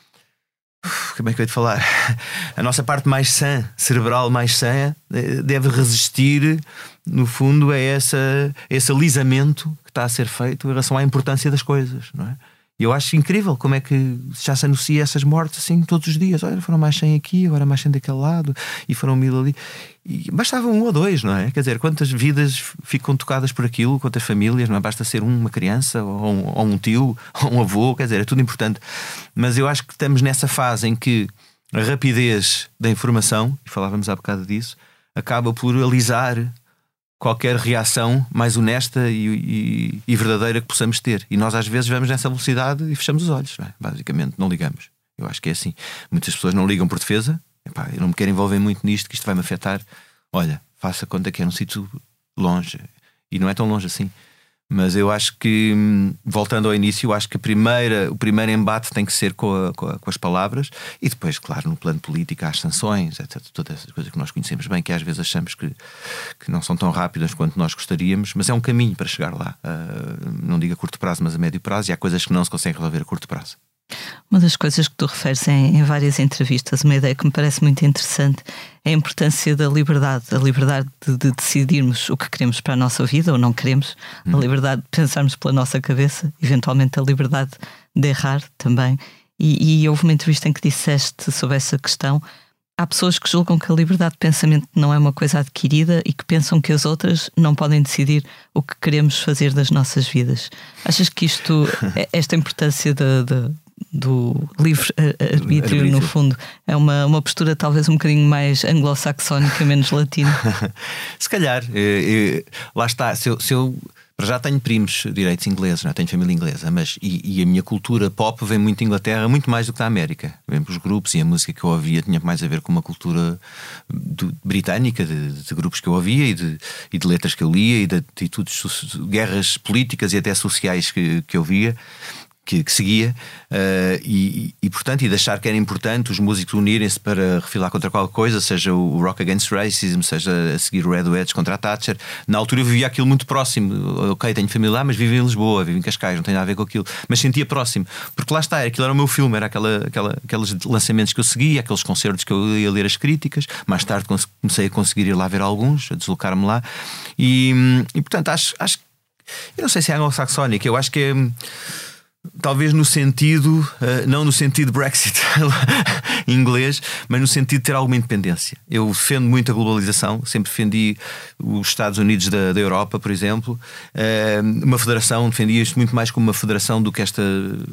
Como é que eu ia te falar? A nossa parte mais sã, cerebral mais sã, deve resistir, no fundo, a, essa, a esse alisamento que está a ser feito em relação à importância das coisas, não é? E eu acho incrível como é que já se anuncia essas mortes assim todos os dias. Olha, foram mais cem aqui, agora mais cem daquele lado, e foram mil ali. E bastava um ou dois, não é? Quer dizer, quantas vidas ficam tocadas por aquilo, quantas famílias, não é? Basta ser uma criança, ou um, ou um tio, ou um avô, quer dizer, é tudo importante. Mas eu acho que estamos nessa fase em que a rapidez da informação, e falávamos há bocado disso, acaba por alisar qualquer reação mais honesta e, e, e verdadeira que possamos ter. E nós às vezes vamos nessa velocidade e fechamos os olhos, não é? Basicamente não ligamos. Eu acho que é assim. Muitas pessoas não ligam por defesa. Epá, eu não me quero envolver muito nisto, que isto vai-me afetar. Olha, faça conta que é num sítio longe. E não é tão longe assim. Mas eu acho que, voltando ao início, eu acho que a primeira, o primeiro embate tem que ser com, a, com, a, com as palavras, e depois, claro, no plano político há as sanções, etcétera. Todas essas coisas que nós conhecemos bem, que às vezes achamos que, que não são tão rápidas quanto nós gostaríamos, mas é um caminho para chegar lá. Uh, não digo a curto prazo, mas a médio prazo, e há coisas que não se conseguem resolver a curto prazo. Uma das coisas que tu referes em, em várias entrevistas, uma ideia que me parece muito interessante, é a importância da liberdade, a liberdade de, de decidirmos o que queremos para a nossa vida ou não queremos, hum. a liberdade de pensarmos pela nossa cabeça, eventualmente a liberdade de errar também. E, e houve uma entrevista em que disseste sobre essa questão. Há pessoas que julgam que a liberdade de pensamento não é uma coisa adquirida e que pensam que as outras não podem decidir o que queremos fazer das nossas vidas. Achas que isto, esta importância de, de do livre-arbítrio, no fundo. É uma, uma postura talvez um bocadinho mais anglo-saxónica, menos latina. Se calhar, eu, eu, lá está, se eu, se eu para já tenho primos direitos ingleses, não é? Tenho família inglesa, mas e, e a minha cultura pop vem muito da Inglaterra, muito mais do que da América. Os grupos e a música que eu ouvia tinha mais a ver com uma cultura do, britânica, de, de grupos que eu ouvia e de, e de letras que eu lia e de atitudes, de guerras políticas e até sociais que, que eu via. Que, que seguia uh, e, e, portanto, e de achar que era importante os músicos unirem-se para refilar contra qualquer coisa, seja o Rock Against Racism, seja a seguir o Red Wedge contra a Thatcher. Na altura eu vivia aquilo muito próximo. Ok, tenho família lá, mas vivo em Lisboa, vivo em Cascais, não tem nada a ver com aquilo, mas sentia próximo, porque lá está, aquilo era o meu filme, era aquela, aquela, aqueles lançamentos que eu seguia, aqueles concertos que eu ia ler as críticas. Mais tarde comecei a conseguir ir lá ver alguns, a deslocar-me lá e, e portanto acho, acho eu não sei se é anglo-saxónica, eu acho que é talvez no sentido, uh, não no sentido Brexit inglês, mas no sentido de ter alguma independência. Eu defendo muito a globalização, sempre defendi os Estados Unidos da, da Europa, por exemplo. Uh, uma federação, defendia isto muito mais como uma federação do que esta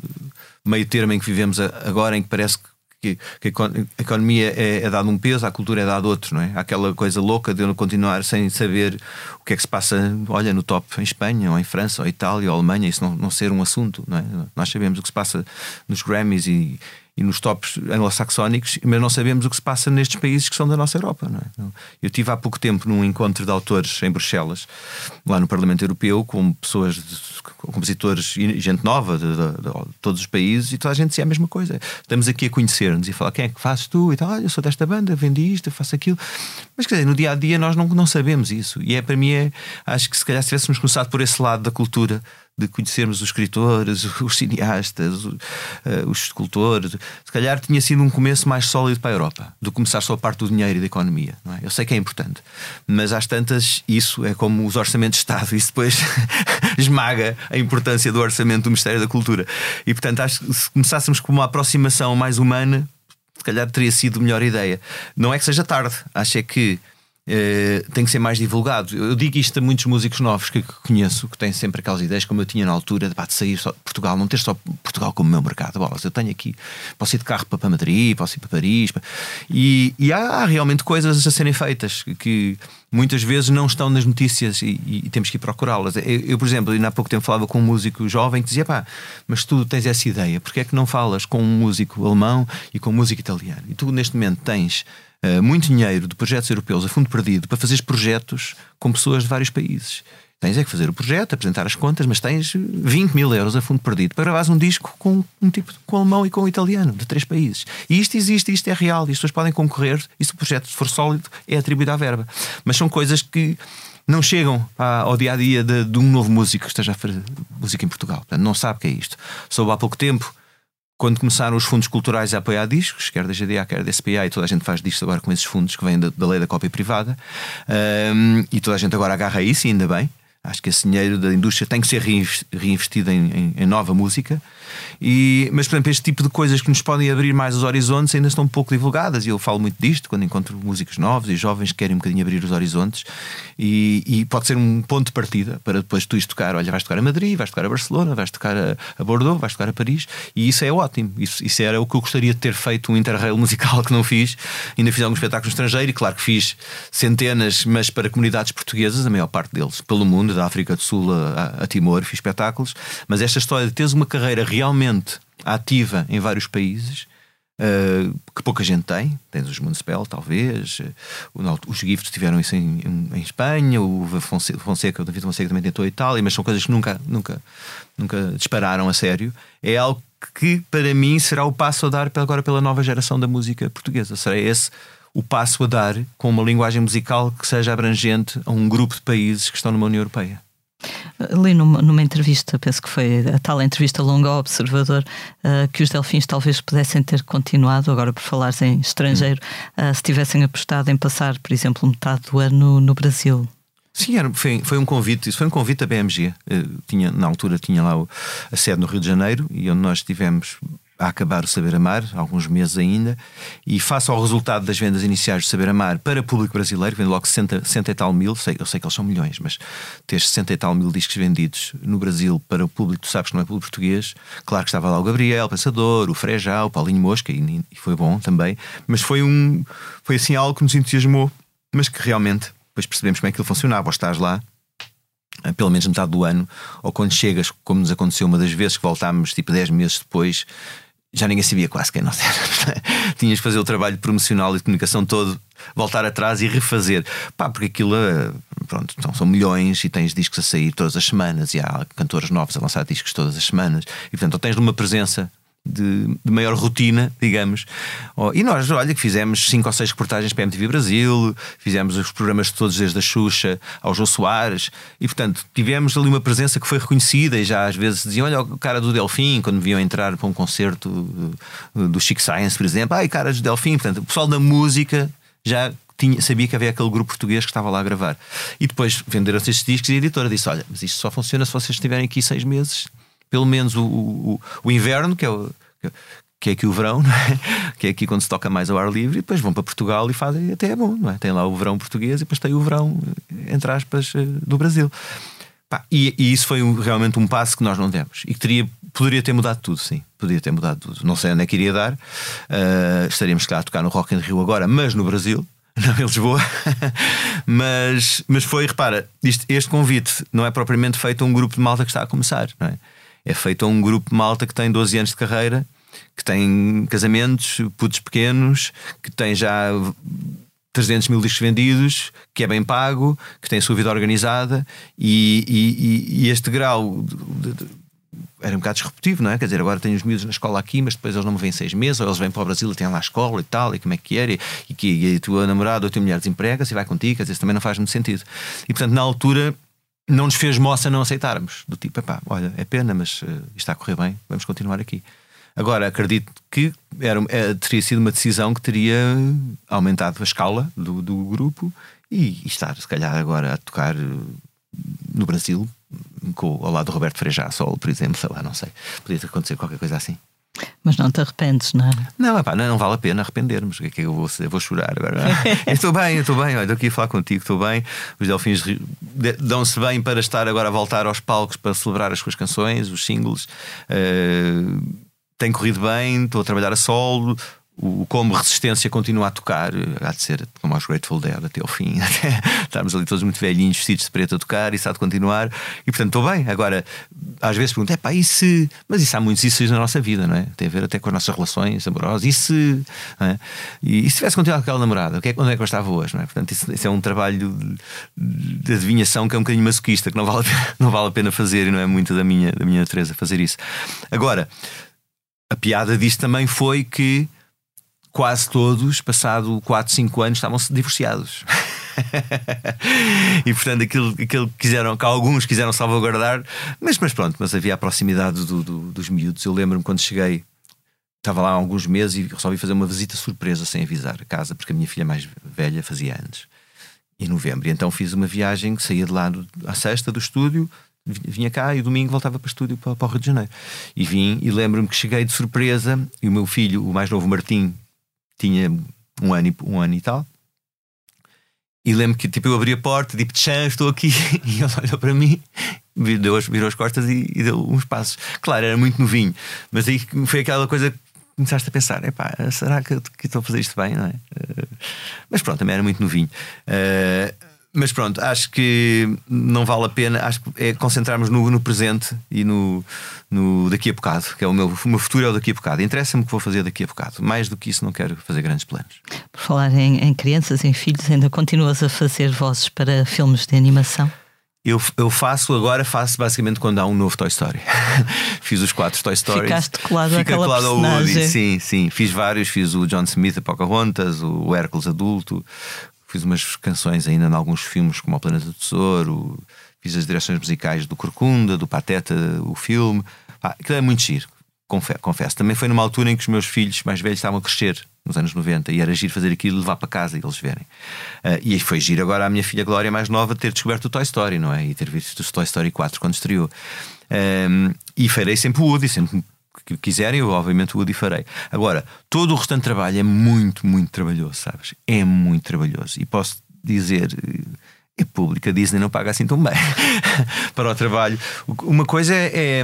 meio termo em que vivemos agora, em que parece que Que, que a economia é, é dado um peso, a cultura é dado outro, não é? Há aquela coisa louca de eu não continuar sem saber o que é que se passa, olha, no top em Espanha, ou em França, ou Itália, ou Alemanha, isso não, não ser um assunto, não é? Nós sabemos o que se passa nos Grammys e, e nos tops anglo-saxónicos, mas não sabemos o que se passa nestes países que são da nossa Europa, não é? Eu estive há pouco tempo num encontro de autores em Bruxelas, lá no Parlamento Europeu, com pessoas, de, com compositores e gente nova de, de, de, de todos os países, e toda a gente dizia a mesma coisa. Estamos aqui a conhecer-nos e falar: quem é que fazes tu? E tal, ah, eu sou desta banda, vendi isto, eu faço aquilo. Mas quer dizer, no dia a dia nós não, não sabemos isso. E é, para mim, é, acho que se calhar se tivéssemos começado por esse lado da cultura, de conhecermos os escritores, os cineastas, os, uh, os escultores, se calhar tinha sido um começo mais sólido para a Europa do que começar só a parte do dinheiro e da economia, não é? Eu sei que é importante, mas às tantas isso é como os orçamentos de Estado, isso depois esmaga a importância do orçamento do Ministério da Cultura. E portanto acho que se começássemos com uma aproximação mais humana, se calhar teria sido a melhor ideia. Não é que seja tarde, acho é que Uh, tem que ser mais divulgado. Eu digo isto a muitos músicos novos que, que conheço, que têm sempre aquelas ideias, como eu tinha na altura, de, pá, de sair só de Portugal, não ter só Portugal como meu mercado. Bolas, eu tenho aqui, posso ir de carro para, para Madrid, posso ir para Paris, para... E, e há, há realmente coisas a serem feitas que muitas vezes não estão nas notícias e, e temos que ir procurá-las. Eu, eu, por exemplo, ainda há pouco tempo falava com um músico jovem que dizia: pá, mas tu tens essa ideia, porque é que não falas com um músico alemão e com um músico italiano? E tu neste momento tens Uh, muito dinheiro de projetos europeus a fundo perdido para fazeres projetos com pessoas de vários países. Tens é que fazer o projeto, apresentar as contas, mas tens vinte mil euros a fundo perdido para gravares um disco com um tipo, com o alemão e com o italiano, de três países. E isto existe, isto é real, e as pessoas podem concorrer, e se o projeto for sólido, é atribuído à verba. Mas são coisas que não chegam ao dia a dia de, de um novo músico que esteja a fazer música em Portugal. Portanto, não sabe o que é isto. Soube há pouco tempo, quando começaram os fundos culturais a apoiar discos, quer da G D A, quer da S P A, e toda a gente faz discos agora com esses fundos que vêm da, da lei da cópia privada, um, e toda a gente agora agarra isso, e ainda bem. Acho que esse dinheiro da indústria tem que ser reinvestido em, em, em nova música. E, mas, por exemplo, este tipo de coisas que nos podem abrir mais os horizontes ainda estão um pouco divulgadas. E eu falo muito disto quando encontro músicos novos e jovens que querem um bocadinho abrir os horizontes. E, e pode ser um ponto de partida para depois tu ires tocar. Olha, vais tocar a Madrid, vais tocar a Barcelona, vais tocar a, a Bordeaux, vais tocar a Paris. E isso é ótimo. Isso, isso era o que eu gostaria de ter feito, um interrail musical que não fiz. Ainda fiz alguns espetáculos no estrangeiro e claro que fiz centenas, mas para comunidades portuguesas, a maior parte deles, pelo mundo, da África do Sul a, a Timor, fiz espetáculos. Mas esta história de teres uma carreira realmente ativa em vários países, uh, que pouca gente tem. Tens os Municipal, talvez, uh, os Gifts tiveram isso em, em, em Espanha, o Fonseca, o David Fonseca também tentou a Itália, mas são coisas que nunca, nunca, nunca dispararam a sério. É algo que para mim será o passo a dar agora pela nova geração da música portuguesa. Será esse o passo a dar com uma linguagem musical que seja abrangente a um grupo de países que estão numa União Europeia. Li numa, numa entrevista, penso que foi a tal entrevista longa ao Observador, uh, que os Delfins talvez pudessem ter continuado, agora por falares em estrangeiro, uh, se tivessem apostado em passar, por exemplo, metade do ano no Brasil. Sim, era, foi, foi um convite, isso foi um convite da B M G. Uh, tinha, na altura tinha lá o, a sede no Rio de Janeiro, e onde nós tivemos a acabar o Saber Amar, alguns meses ainda, e face ao resultado das vendas iniciais do Saber Amar para público brasileiro, vendo logo sessenta, sessenta e tal mil, sei, eu sei que eles são milhões, mas ter sessenta e tal mil discos vendidos no Brasil para o público, tu sabes que não é público português, claro que estava lá o Gabriel Pensador, o Frejá, o Paulinho Mosca, e, e foi bom também, mas foi, um, foi assim algo que nos entusiasmou, mas que realmente depois percebemos como é que aquilo funcionava, ou estás lá pelo menos metade do ano, ou quando chegas, como nos aconteceu uma das vezes que voltámos tipo dez meses depois, já ninguém sabia quase quem nós éramos. Tinhas de fazer o trabalho promocional e de comunicação todo, voltar atrás e refazer. Pá, porque aquilo, pronto, então são milhões e tens discos a sair todas as semanas e há cantores novos a lançar discos todas as semanas e portanto ou tens uma presença De, de maior rotina, digamos. Oh, e nós, olha, que fizemos cinco ou seis reportagens para a M T V Brasil, fizemos os programas todos desde a Xuxa ao Jô Soares, e portanto tivemos ali uma presença que foi reconhecida. E já às vezes diziam, olha o cara do Delfim, quando vinham entrar para um concerto do, do Chic Science, por exemplo, ai, cara do Delfim. Portanto, o pessoal da música já tinha, sabia que havia aquele grupo português que estava lá a gravar. E depois venderam-se estes discos e a editora disse, olha, mas isto só funciona se vocês estiverem aqui seis meses, pelo menos o, o, o inverno, que é o que é aqui o verão, não é? Que é aqui quando se toca mais ao ar livre, e depois vão para Portugal e fazem, até é bom, não é? Tem lá o verão português e depois tem o verão, entre aspas, do Brasil. Pá, e, e isso foi um, realmente um passo que nós não demos e que teria, poderia ter mudado tudo, sim, poderia ter mudado tudo. Não sei onde é que iria dar, uh, estaríamos cá a tocar no Rock in Rio agora, mas no Brasil, não em Lisboa. mas, mas foi, repara, isto, este convite não é propriamente feito a um grupo de malta que está a começar, não é? É feito a um grupo de malta que tem doze anos de carreira, que tem casamentos, putos pequenos, que tem já trezentos mil discos vendidos, que é bem pago, que tem a sua vida organizada e, e, e este grau de, de, era um bocado disruptivo, não é? Quer dizer, agora tenho os miúdos na escola aqui, mas depois eles não me vêm seis meses, ou eles vêm para o Brasil e têm lá a escola e tal, e como é que era, e, e que e a tua namorada ou a tua mulher desemprega-se e vai contigo, quer dizer, isso também não faz muito sentido. E portanto, na altura, não nos fez moça não aceitarmos. Do tipo, epá, olha, é pena, mas uh, isto está a correr bem, vamos continuar aqui. Agora, acredito que era, é, teria sido uma decisão que teria aumentado a escala do, do grupo e, e estar, se calhar, agora a tocar no Brasil, com, ao lado do Roberto Frejá Sol, por exemplo, sei lá, não sei. Podia acontecer qualquer coisa assim. Mas não te arrependes, não é? Não, epá, não, não vale a pena arrependermos. O que é que eu vou, eu vou chorar agora? Eu estou bem, eu estou bem, olha, estou aqui a falar contigo, estou bem. Os Delfins dão-se bem para estar agora a voltar aos palcos para celebrar as suas canções, os singles. Uh, tem corrido bem, estou a trabalhar a solo. O Como Resistência continua a tocar, há de ser como aos Grateful Dead até ao fim, até estarmos ali todos muito velhinhos, vestidos de preto a tocar, isso há de continuar. E portanto estou bem. Agora, às vezes pergunto, é pá, e se. Mas isso há muitos isso na nossa vida, não é? Tem a ver até com as nossas relações amorosas. E se. Não é? E, e se tivesse continuado com aquela namorada, onde é que eu estava hoje, não é? Portanto, isso, isso é um trabalho de, de adivinhação que é um bocadinho masoquista, que não vale, a pena, não vale a pena fazer e não é muito da minha, da minha natureza fazer isso. Agora, a piada disto também foi que quase todos, passado quatro, cinco anos, estavam-se divorciados. E portanto aquilo, aquilo que quiseram, que alguns quiseram salvaguardar, mas, mas pronto, mas havia a proximidade do, do, dos miúdos. Eu lembro-me quando cheguei, estava lá há alguns meses e resolvi fazer uma visita surpresa sem avisar a casa, porque a minha filha mais velha fazia anos, em novembro. E então fiz uma viagem que saía de lá à sexta do estúdio, vinha cá e domingo voltava para o estúdio para, para o Rio de Janeiro. E vim e lembro-me que cheguei de surpresa e o meu filho, o mais novo Martim, tinha um ano, e, um ano e tal. E lembro que tipo, eu abri a porta, tipo, tchan, estou aqui. E ele olhou para mim, virou, virou as costas e, e deu uns passos. Claro, era muito novinho, mas aí foi aquela coisa que começaste a pensar: epá, será que, que estou a fazer isto bem? Não é? Uh, mas pronto, também era muito novinho. Uh, Mas pronto, acho que não vale a pena. Acho que é concentrarmos no, no presente e no, no daqui a bocado, que é o meu, o meu futuro é o daqui a bocado. Interessa-me o que vou fazer daqui a bocado. Mais do que isso, não quero fazer grandes planos. Por falar em, em crianças, em filhos, ainda continuas a fazer vozes para filmes de animação? Eu, eu faço agora, faço basicamente quando há um novo Toy Story. Fiz os quatro Toy Stories. Ficaste colado Fica àquela colado personagem. ao Woody. Sim, sim. Fiz vários. Fiz o John Smith, a Pocahontas, o Hércules adulto. Fiz umas canções ainda em alguns filmes, como O Planeta do Tesouro. Fiz as direções musicais do Corcunda, do Pateta, o filme. Ah, aquilo é muito giro, confesso, confesso. Também foi numa altura em que os meus filhos mais velhos estavam a crescer, nos anos noventa, e era giro fazer aquilo e levar para casa e eles verem. Uh, e foi giro agora a minha filha Glória, mais nova, ter descoberto o Toy Story, não é? E ter visto o Toy Story quatro quando estreou. Um, e farei sempre o Woody, sempre que quiserem, eu obviamente o Woody farei. Agora, todo o restante trabalho é muito, muito trabalhoso, sabes? É muito trabalhoso. E posso dizer, é público, a Disney não paga assim tão bem para o trabalho. Uma coisa é,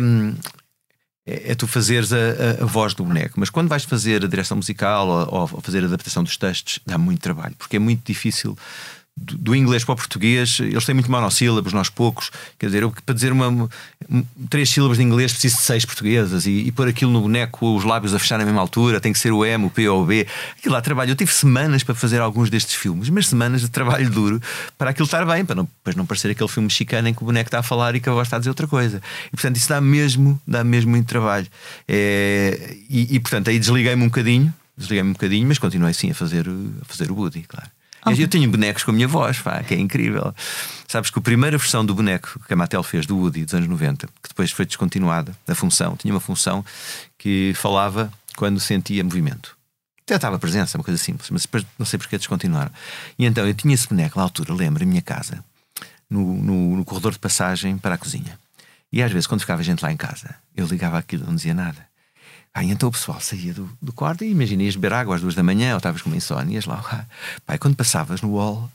é, é tu fazeres a, a, a voz do boneco, mas quando vais fazer a direção musical ou, ou fazer a adaptação dos textos, dá muito trabalho, porque é muito difícil. Do, do inglês para o português, eles têm muito monossílabos, nós poucos. Quer dizer, eu, para dizer uma, uma, três sílabas de inglês preciso de seis portuguesas, e, e pôr aquilo no boneco, os lábios a fechar na mesma altura, tem que ser o M, o P ou o B. Aquilo lá trabalho. Eu tive semanas para fazer alguns destes filmes, mas semanas de trabalho duro para aquilo estar bem, para não, depois não parecer aquele filme mexicano em que o boneco está a falar e que a voz está a dizer outra coisa. E portanto, isso dá mesmo, dá mesmo muito trabalho. É, e, e portanto, aí desliguei-me um bocadinho, desliguei-me um bocadinho, mas continuei sim a fazer, a fazer o Woody, claro. Okay. Eu tenho bonecos com a minha voz, pá, que é incrível. Sabes que a primeira versão do boneco que a Mattel fez do Woody dos anos noventa, que depois foi descontinuada, a função, tinha uma função que falava quando sentia movimento. Até estava presença, uma coisa simples, mas depois não sei porque descontinuaram. E então eu tinha esse boneco na altura, lembro, em minha casa, no, no, no corredor de passagem para a cozinha. E às vezes, quando ficava gente lá em casa, eu ligava aquilo, não dizia nada. Ah, então o pessoal saía do, do quarto e imagina, ias beber água às duas da manhã, ou estavas com uma insónia, ias lá. Ah, pai, quando passavas no hall,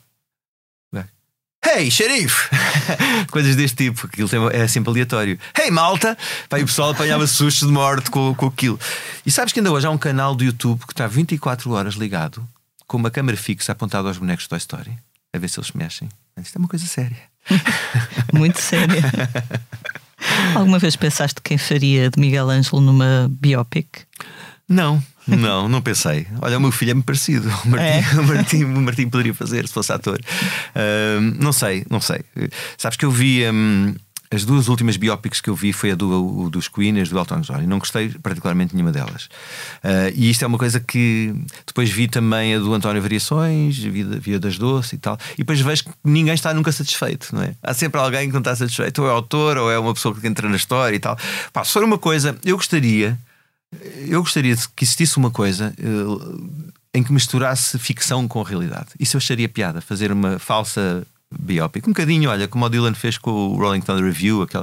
hey, xerife! Coisas deste tipo, aquilo é sempre aleatório. Hey, malta! Pai, o pessoal apanhava susto de morte com, com aquilo. E sabes que ainda hoje há um canal do YouTube que está vinte e quatro horas ligado, com uma câmara fixa apontada aos bonecos de Toy Story, a ver se eles se mexem. Isto é uma coisa séria. Muito séria. Alguma vez pensaste quem faria de Miguel Ângelo numa biopic? Não, não, não pensei. Olha, o meu filho é-me parecido. O Martim, é? o, Martim, o Martim poderia fazer se fosse ator. Uh, não sei, não sei. Sabes que eu vi um, as duas últimas biopics que eu vi foi a do, o, dos Queen e as do Elton John, e não gostei particularmente nenhuma delas. Uh, e isto é uma coisa que depois vi também a do António Variações, vi, vi a das Doce e tal, e depois vejo que ninguém está nunca satisfeito, não é? Há sempre alguém que não está satisfeito, ou é autor, ou é uma pessoa que entra na história e tal. Pá, se for uma coisa, eu gostaria, eu gostaria de que existisse uma coisa uh, em que misturasse ficção com realidade. Isso eu acharia piada, fazer uma falsa biopic, um bocadinho, olha, como o Dylan fez com o Rolling Stone Review, aquela,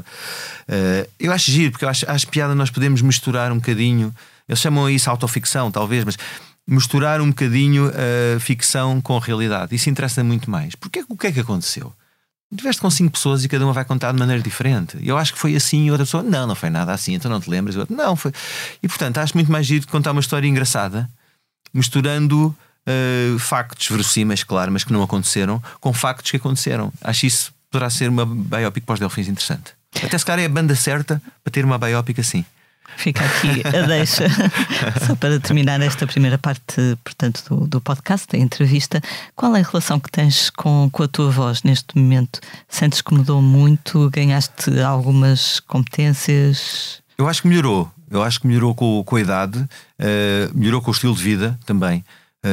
uh, eu acho giro, porque eu acho, acho piada nós podemos misturar um bocadinho, eles chamam isso autoficção talvez, mas misturar um bocadinho a uh, ficção com a realidade, isso interessa muito mais. Porque o que é que aconteceu? Estiveste com cinco pessoas e cada uma vai contar de maneira diferente. Eu acho que foi assim, e outra pessoa, não, não foi nada assim, então não te lembras, e outra, não, foi. E portanto acho muito mais giro contar uma história engraçada, misturando Uh, factos verossímeis, claro, mas que não aconteceram, com factos que aconteceram. Acho isso poderá ser uma biopic para os Delfins interessante. Até se calhar é a banda certa para ter uma biopic assim. Fica aqui a deixa. Só para terminar esta primeira parte, portanto, do, do podcast, da entrevista, qual é a relação que tens com, com a tua voz neste momento? Sentes que mudou muito? Ganhaste algumas competências? Eu acho que melhorou. Eu acho que melhorou com, com a idade, uh, melhorou com o estilo de vida também.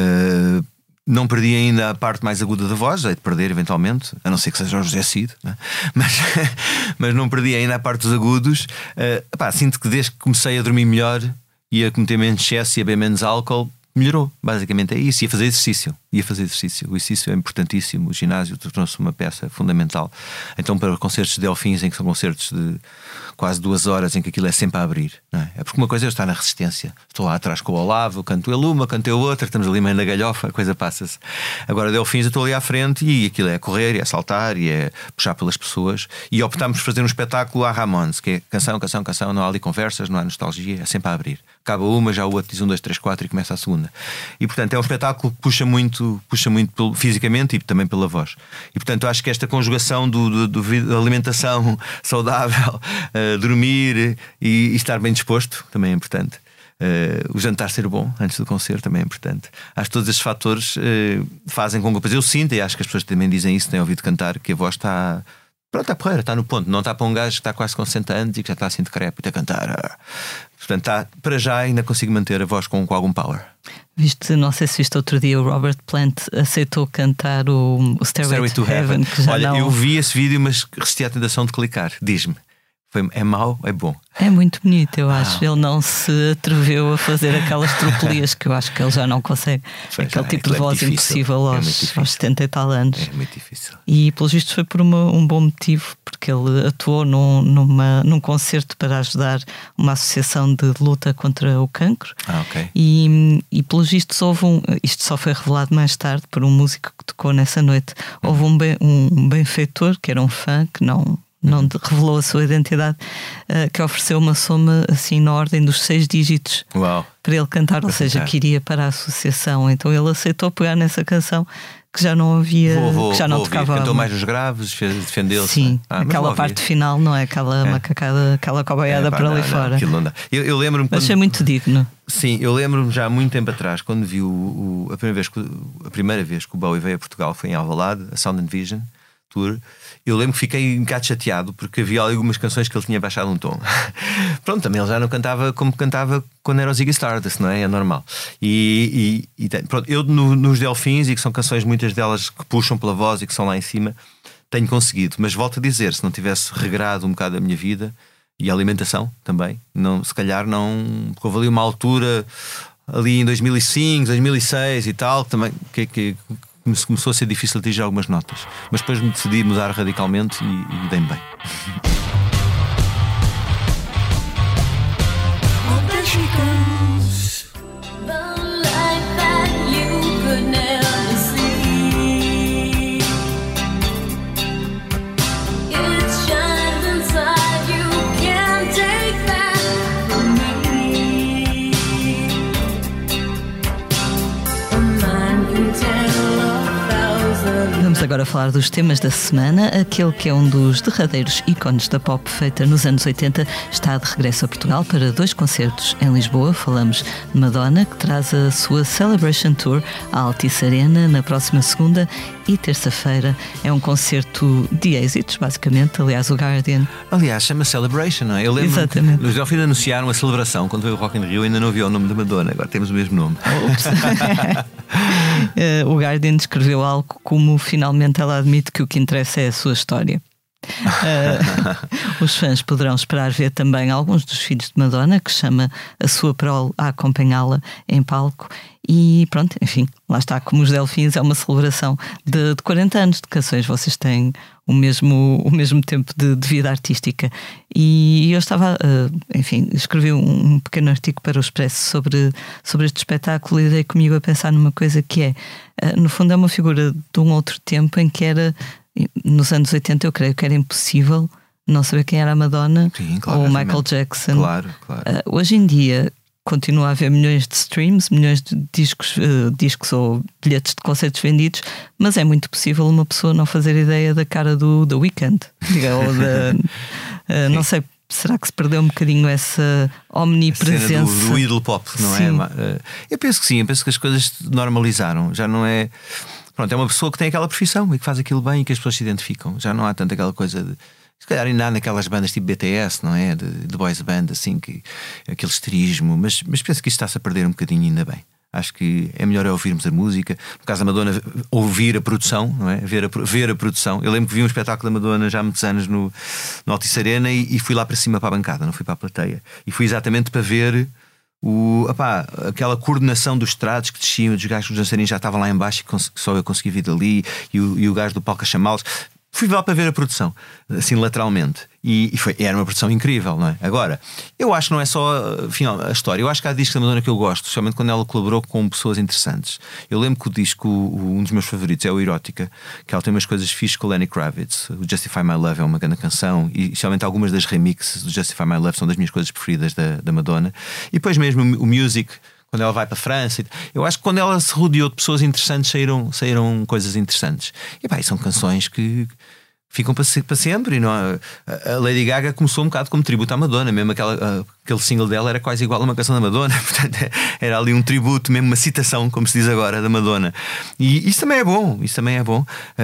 Uh, não perdi ainda a parte mais aguda da voz, hei de perder eventualmente, a não ser que seja o José Cid, né? mas, mas não perdi ainda a parte dos agudos. Uh, pá, sinto que desde que comecei a dormir melhor e a cometer menos excesso e a beber menos álcool, melhorou. Basicamente é isso. E a fazer exercício. E a fazer exercício. O exercício é importantíssimo. O ginásio tornou-se uma peça fundamental. Então, para concertos de Delfins, em que são concertos de quase duas horas, em que aquilo é sempre a abrir, não é? É porque uma coisa é estar na resistência. Estou lá atrás com o Olavo, canto ele uma, canto eu outra, estamos ali meio na galhofa, a coisa passa-se. Agora, Delfins, eu estou ali à frente e aquilo é correr, e é saltar, e é puxar pelas pessoas. E optámos por fazer um espetáculo à Ramones, que é canção, canção, canção, não há ali conversas, não há nostalgia, é sempre a abrir. Acaba uma, já o outro diz um, dois, três, quatro e começa a segunda. E portanto é um espetáculo que puxa muito, puxa muito pelo, fisicamente e também pela voz. E portanto acho que esta conjugação do, do, do alimentação saudável, uh, dormir e, e estar bem disposto também é importante. Uh, o jantar ser bom antes do concerto também é importante. Acho que todos estes fatores uh, fazem com que depois eu sinta, e acho que as pessoas também dizem isso, têm ouvido cantar, que a voz está. Pronto, está porreira, está no ponto. Não está para um gajo que está quase com sessenta anos e que já está assim decrépito a cantar. Portanto, está, para já ainda consigo manter a voz com, com algum power. Viste, não sei se viste outro dia, o Robert Plant aceitou cantar o, o Stairway, Stairway to, to Heaven, Heaven que já Olha, não... eu vi esse vídeo, mas resisti à tentação de clicar. Diz-me, foi, é mau ou é bom? É muito bonito, eu acho. Ah. Ele não se atreveu a fazer aquelas tropelias que eu acho que ele já não consegue. Pois Aquele já, tipo de voz é impossível aos, é aos setenta e tal anos. É muito difícil. E pelos vistos foi por uma, um bom motivo, porque porque ele atuou num, numa, num concerto para ajudar uma associação de luta contra o cancro. Ah, ok. E, e pelos vistos houve um, isto só foi revelado mais tarde por um músico que tocou nessa noite. Houve um, ben, um benfeitor, que era um fã, que não, não revelou a sua identidade, uh, que ofereceu uma soma assim na ordem dos seis dígitos. Uau. Para ele cantar, para ou seja, cantar. Que iria para a associação. Então ele aceitou pegar nessa canção que já não havia, Vou, vou, que já não vou tocava. Cantou mais nos graves, defendeu-se. Sim, ah, aquela parte final, não é? Aquela é. macacada, aquela cobaiada é, pá, por ali não, fora. Não, não dá. Eu, eu lembro-me. Mas é muito digno. Sim, eu lembro-me já há muito tempo atrás, quando vi o, o, a, primeira vez que, a primeira vez que o Bowie veio a Portugal foi em Alvalade, a Sound and Vision Tour. Eu lembro que fiquei um bocado chateado porque havia algumas canções que ele tinha baixado um tom. Pronto, também ele já não cantava como cantava quando era o Ziggy Stardust, não é? É normal. E, e, e pronto, eu no, nos Delfins, e que são canções, muitas delas que puxam pela voz e que são lá em cima, tenho conseguido. Mas volto a dizer, se não tivesse regrado um bocado a minha vida e a alimentação também, não, se calhar não. Porque houve ali uma altura ali em dois mil e cinco, dois mil e seis e tal, também que, que começou a ser difícil atingir algumas notas, mas depois me decidi mudar radicalmente e, e dei-me bem. Oh, there she goes. The light that you could never see. It shines inside you, can't take that from me. A man can tell. Vamos agora falar dos temas da semana. Aquele que é um dos derradeiros ícones da pop feita nos anos oitenta está de regresso a Portugal para dois concertos em Lisboa. Falamos de Madonna, que traz a sua Celebration Tour à Altice Arena na próxima segunda e terça-feira. É um concerto de êxitos, basicamente. Aliás, o Guardian... Aliás, chama Celebration, não é? Eu lembro. Exatamente. Os Delfins anunciaram a celebração quando veio o Rock in Rio, ainda não havia o nome da Madonna. Agora temos o mesmo nome. uh, o Guardian descreveu algo como: finalmente ela admite que o que interessa é a sua história. Uh, os fãs poderão esperar ver também alguns dos filhos de Madonna, que chama a sua prole a acompanhá-la em palco. E pronto, enfim, lá está, como os Delfins, é uma celebração de, de quarenta anos de canções. Vocês têm o mesmo, o mesmo tempo de, de vida artística. E eu estava, uh, enfim, escrevi um, um pequeno artigo para o Expresso sobre, sobre este espetáculo e dei comigo a pensar numa coisa que é, uh, no fundo, é uma figura de um outro tempo em que era, nos anos oitenta, eu creio que era impossível não saber quem era a Madonna. Sim, claro, ou o Michael Jackson. Claro, claro. Uh, hoje em dia continua a haver milhões de streams, milhões de discos, uh, discos ou bilhetes de concertos vendidos, mas é muito possível uma pessoa não fazer ideia da cara do The Weeknd, diga, ou da, uh, não sei, será que se perdeu um bocadinho essa omnipresença? A cena do, do ídolo pop, não sim. é? Eu penso que sim, eu penso que as coisas normalizaram, já não é. Pronto, é uma pessoa que tem aquela profissão e que faz aquilo bem e que as pessoas se identificam. Já não há tanto aquela coisa de, se calhar ainda há naquelas bandas tipo B T S, não é? De, de boys band, assim, que, aquele esterismo, mas, mas penso que isto está-se a perder um bocadinho, ainda bem. Acho que é melhor é ouvirmos a música. No caso da Madonna, ouvir a produção, não é? Ver a, ver a produção. Eu lembro que vi um espetáculo da Madonna já há muitos anos no, no Altice Arena e, e fui lá para cima para a bancada, não fui para a plateia. E fui exatamente para ver o, opá, aquela coordenação dos estrados que desciam, dos gajos dos dançarinos já estavam lá em baixo e só eu consegui vir dali, e o, e o gajo do palco a chamá-los. Fui lá para ver a produção, assim lateralmente, e, e foi, era uma produção incrível, não é? Agora, eu acho que não é só afinal, a história. Eu acho que há discos da Madonna que eu gosto, especialmente quando ela colaborou com pessoas interessantes. Eu lembro que o disco, o, um dos meus favoritos é o Erótica, que ela tem umas coisas fixas com o Lenny Kravitz. O Justify My Love é uma grande canção, e especialmente algumas das remixes do Justify My Love são das minhas coisas preferidas da, da Madonna. E depois mesmo o Music, quando ela vai para a França, eu acho que quando ela se rodeou de pessoas interessantes, saíram, saíram coisas interessantes. E pá, e são canções que ficam para, para sempre. E não há, a Lady Gaga começou um bocado como tributo à Madonna, mesmo aquela, aquele single dela era quase igual a uma canção da Madonna. Portanto, era ali um tributo, mesmo uma citação, como se diz agora, da Madonna. E isso também é bom, isso também é bom.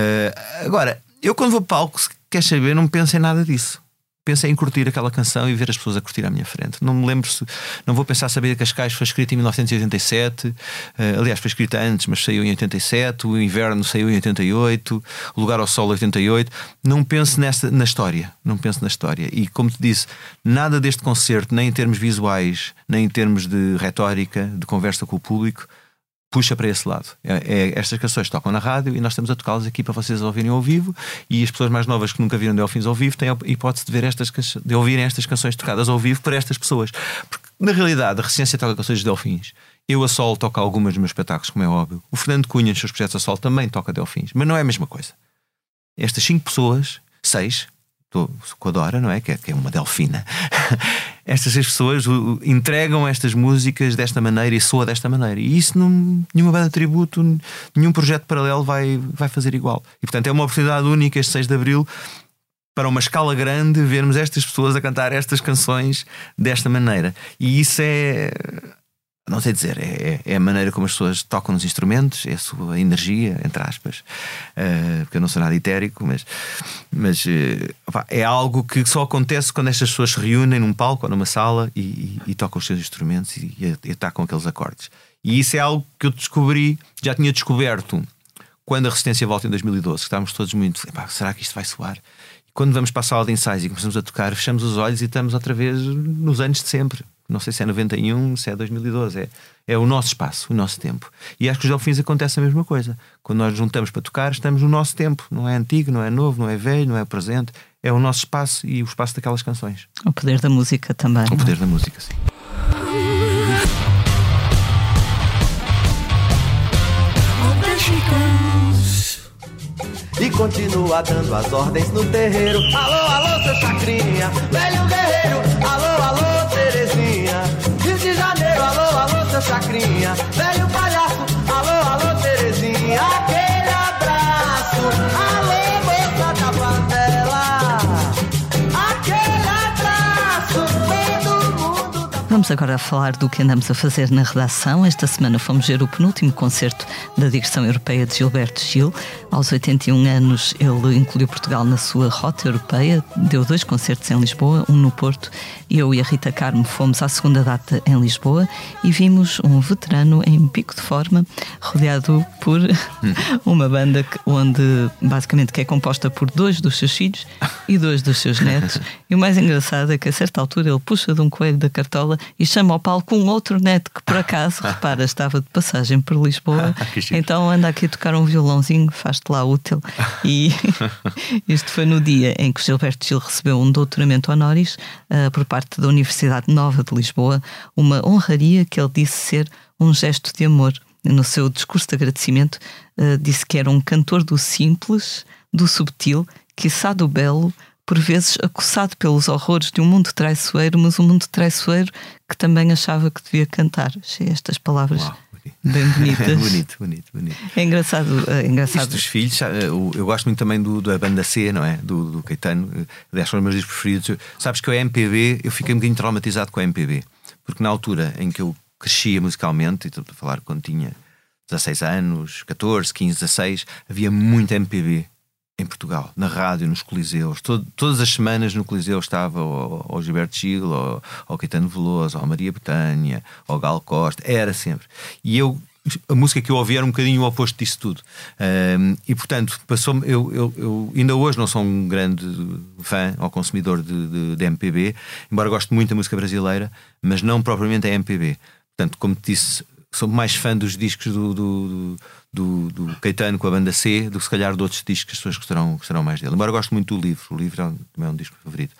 Uh, agora, eu quando vou para palco, se quer saber, não penso em nada disso. Pensei em curtir aquela canção e ver as pessoas a curtir à minha frente. Não me lembro, se, não vou pensar saber que Cascais foi escrita em mil novecentos e oitenta e sete. Uh, aliás, foi escrita antes, mas saiu em oitenta e sete. O Inverno saiu em oitenta e oito. O Lugar ao Sol, oitenta e oito. Não penso nesta, na história. Não penso na história. E como te disse, nada deste concerto, nem em termos visuais, nem em termos de retórica, de conversa com o público, puxa para esse lado. É, é, estas canções tocam na rádio e nós estamos a tocá-las aqui para vocês ouvirem ao vivo, e as pessoas mais novas que nunca viram Delfins ao vivo têm a hipótese de, ver estas, de ouvirem estas canções tocadas ao vivo por estas pessoas. Porque, na realidade, a Resistência toca canções de Delfins. Eu a solo toco algumas dos meus espetáculos, como é óbvio. O Fernando Cunha, nos seus projetos a solo, também toca Delfins. Mas não é a mesma coisa. Estas cinco pessoas, seis, estou com a Dora, não é? Que é, que é uma delfina. Estas seis pessoas o, entregam estas músicas desta maneira e soa desta maneira. E isso não, nenhuma banda de tributo, nenhum projeto paralelo vai, vai fazer igual. E portanto é uma oportunidade única este seis de Abril para uma escala grande vermos estas pessoas a cantar estas canções desta maneira. E isso é... não sei dizer, é, é a maneira como as pessoas tocam nos instrumentos, é a sua energia, entre aspas, uh, porque eu não sou nada etérico, mas, mas uh, opa, é algo que só acontece quando estas pessoas se reúnem num palco ou numa sala e, e, e tocam os seus instrumentos e, e, e atacam aqueles acordes. E isso é algo que eu descobri, já tinha descoberto quando a Resistência volta em dois mil e doze, que estávamos todos muito, será que isto vai soar? E quando vamos para a sala de ensaios e começamos a tocar, fechamos os olhos e estamos outra vez nos anos de sempre. Não sei se é noventa e um, se é dois mil e doze. É, é o nosso espaço, o nosso tempo. E acho que os Delfins acontece a mesma coisa. Quando nós juntamos para tocar, estamos no nosso tempo. Não é antigo, não é novo, não é velho, não é presente. É o nosso espaço e o espaço daquelas canções. O poder da música também. O poder da música, sim. E continua dando as ordens no terreiro. Alô, alô, seu Chacrinha, velho guerreiro. Alô, alô, Terezinha, Rio de Janeiro. Alô, alô, seu Chacrinha, velho palhaço. Alô, alô, Terezinha, aquele abraço. Alô, moça da Pantela, aquele abraço. Todo mundo da... Vamos agora falar do que andamos a fazer na redação. Esta semana fomos ver o penúltimo concerto da digressão europeia de Gilberto Gil. Aos oitenta e um anos ele incluiu Portugal na sua rota europeia, deu dois concertos em Lisboa, um no Porto. Eu e a Rita Carmo fomos à segunda data em Lisboa e vimos um veterano em pico de forma, rodeado por uma banda que, onde basicamente que é composta por dois dos seus filhos e dois dos seus netos. E o mais engraçado é que a certa altura ele puxa de um coelho da cartola e chama ao palco um outro neto que por acaso, repara, estava de passagem por Lisboa. Então anda aqui a tocar um violãozinho, faz-te lá útil. E isto foi no dia em que Gilberto Gil recebeu um doutoramento honoris uh, por parte da Universidade Nova de Lisboa, uma honraria que ele disse ser um gesto de amor. No seu discurso de agradecimento uh, disse que era um cantor do simples, do subtil, quiçá do belo, por vezes acossado pelos horrores de um mundo traiçoeiro, mas um mundo traiçoeiro que também achava que devia cantar. Achei estas palavras Uau, bem bonitas. bonito, bonito, bonito. É engraçado. É engraçado. Isto dos filhos, eu, eu gosto muito também do, da banda C, não é? Do, do Caetano. Aliás, são os meus discos preferidos. Sabes que o M P B, eu fiquei um bocadinho traumatizado com a M P B, porque na altura em que eu crescia musicalmente, e estou a falar quando tinha dezasseis anos, catorze, quinze, dezasseis, havia muito M P B em Portugal, na rádio, nos coliseus. Todo, todas as semanas no coliseu estava o Gilberto Gil, ou o Caetano Veloso, ou a Maria Bethânia, ou o Gal Costa, era sempre. E eu, a música que eu ouvia era um bocadinho o oposto disso tudo. Um, e portanto, passou-me. Eu, eu, eu ainda hoje não sou um grande fã ou consumidor de, de, de M P B, embora goste muito da música brasileira, mas não propriamente a M P B. Portanto, como te disse, sou mais fã dos discos do, do, do, do Caetano com a banda C do que se calhar de outros discos que as pessoas gostarão, gostarão mais dele. Embora eu gosto muito do livro, o livro é um, também é um disco favorito.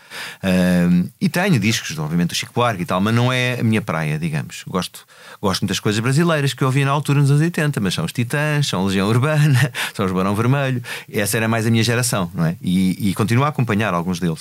Um, e tenho discos, obviamente, do Chico Buarque e tal, mas não é a minha praia, digamos. Gosto, gosto muito das coisas brasileiras que eu ouvi na altura, nos anos oitenta, mas são os Titãs, são a Legião Urbana, são os Barão Vermelho. Essa era mais a minha geração, não é? E, e continuo a acompanhar alguns deles.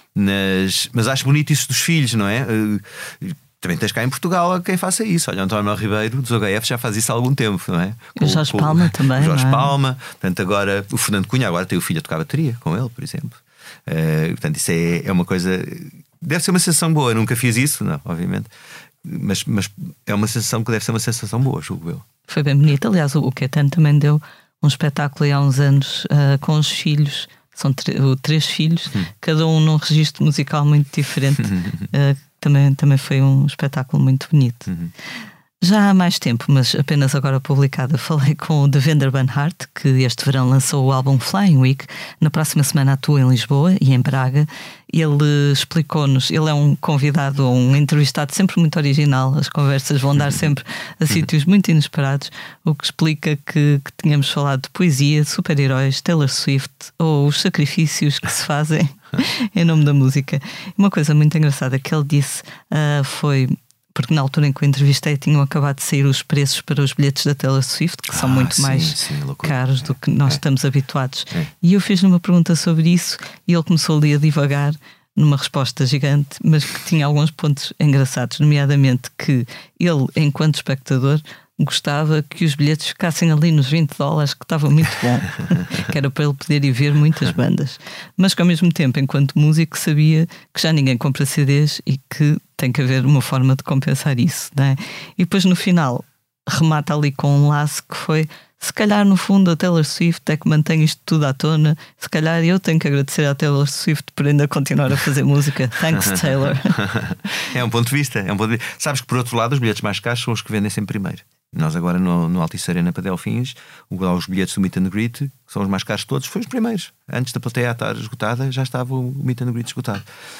Mas, mas acho bonito isso dos filhos, não é? Uh, Também tens cá em Portugal quem faça isso. Olha, António Mel Ribeiro, dos H F, já faz isso há algum tempo, não é? Com, o Jorge com, Palma também. O Jorge não é? Palma. Portanto, agora o Fernando Cunha agora tem o filho a tocar bateria com ele, por exemplo. Uh, portanto, isso é, é uma coisa. Deve ser uma sensação boa. Eu nunca fiz isso, não, obviamente. Mas, mas é uma sensação que deve ser uma sensação boa, julgo eu. Foi bem bonito. Aliás, o Caetano também deu um espetáculo há uns anos uh, com os filhos. São três filhos, hum. cada um num registro musical muito diferente. uh, também, também foi um espetáculo muito bonito. Uhum. Já há mais tempo, mas apenas agora publicada, falei com o Devendra Banhart, que este verão lançou o álbum Flying Week. Na próxima semana atua em Lisboa e em Braga. Ele explicou-nos, ele é um convidado, um entrevistado sempre muito original. As conversas vão dar sempre a sítios muito inesperados, o que explica que, que tínhamos falado de poesia, de super-heróis, Taylor Swift ou os sacrifícios que se fazem em nome da música. Uma coisa muito engraçada que ele disse uh, foi... Porque na altura em que eu entrevistei tinham acabado de sair os preços para os bilhetes da Taylor Swift, que são ah, muito sim, mais sim, caros é, do que nós é. estamos habituados. É. E eu fiz-lhe uma pergunta sobre isso e ele começou ali a divagar numa resposta gigante, mas que tinha alguns pontos engraçados, nomeadamente que ele, enquanto espectador, gostava que os bilhetes ficassem ali nos vinte dólares, que estava muito bom, que era para ele poder ir ver muitas bandas, mas que ao mesmo tempo, enquanto músico, sabia que já ninguém compra C Ds e que tem que haver uma forma de compensar isso, não é? E depois no final remata ali com um laço que foi: se calhar no fundo a Taylor Swift é que mantém isto tudo à tona, se calhar eu tenho que agradecer à Taylor Swift por ainda continuar a fazer música. Thanks, Taylor. É um ponto de vista, é um ponto de vista. Sabes que por outro lado os bilhetes mais caros são os que vendem sempre primeiro. Nós agora no, no Altice Arena para Delfins, os bilhetes do Meet and Greet, que são os mais caros de todos, foram os primeiros. Antes da plateia estar esgotada, já estava o Meet and Greet esgotado.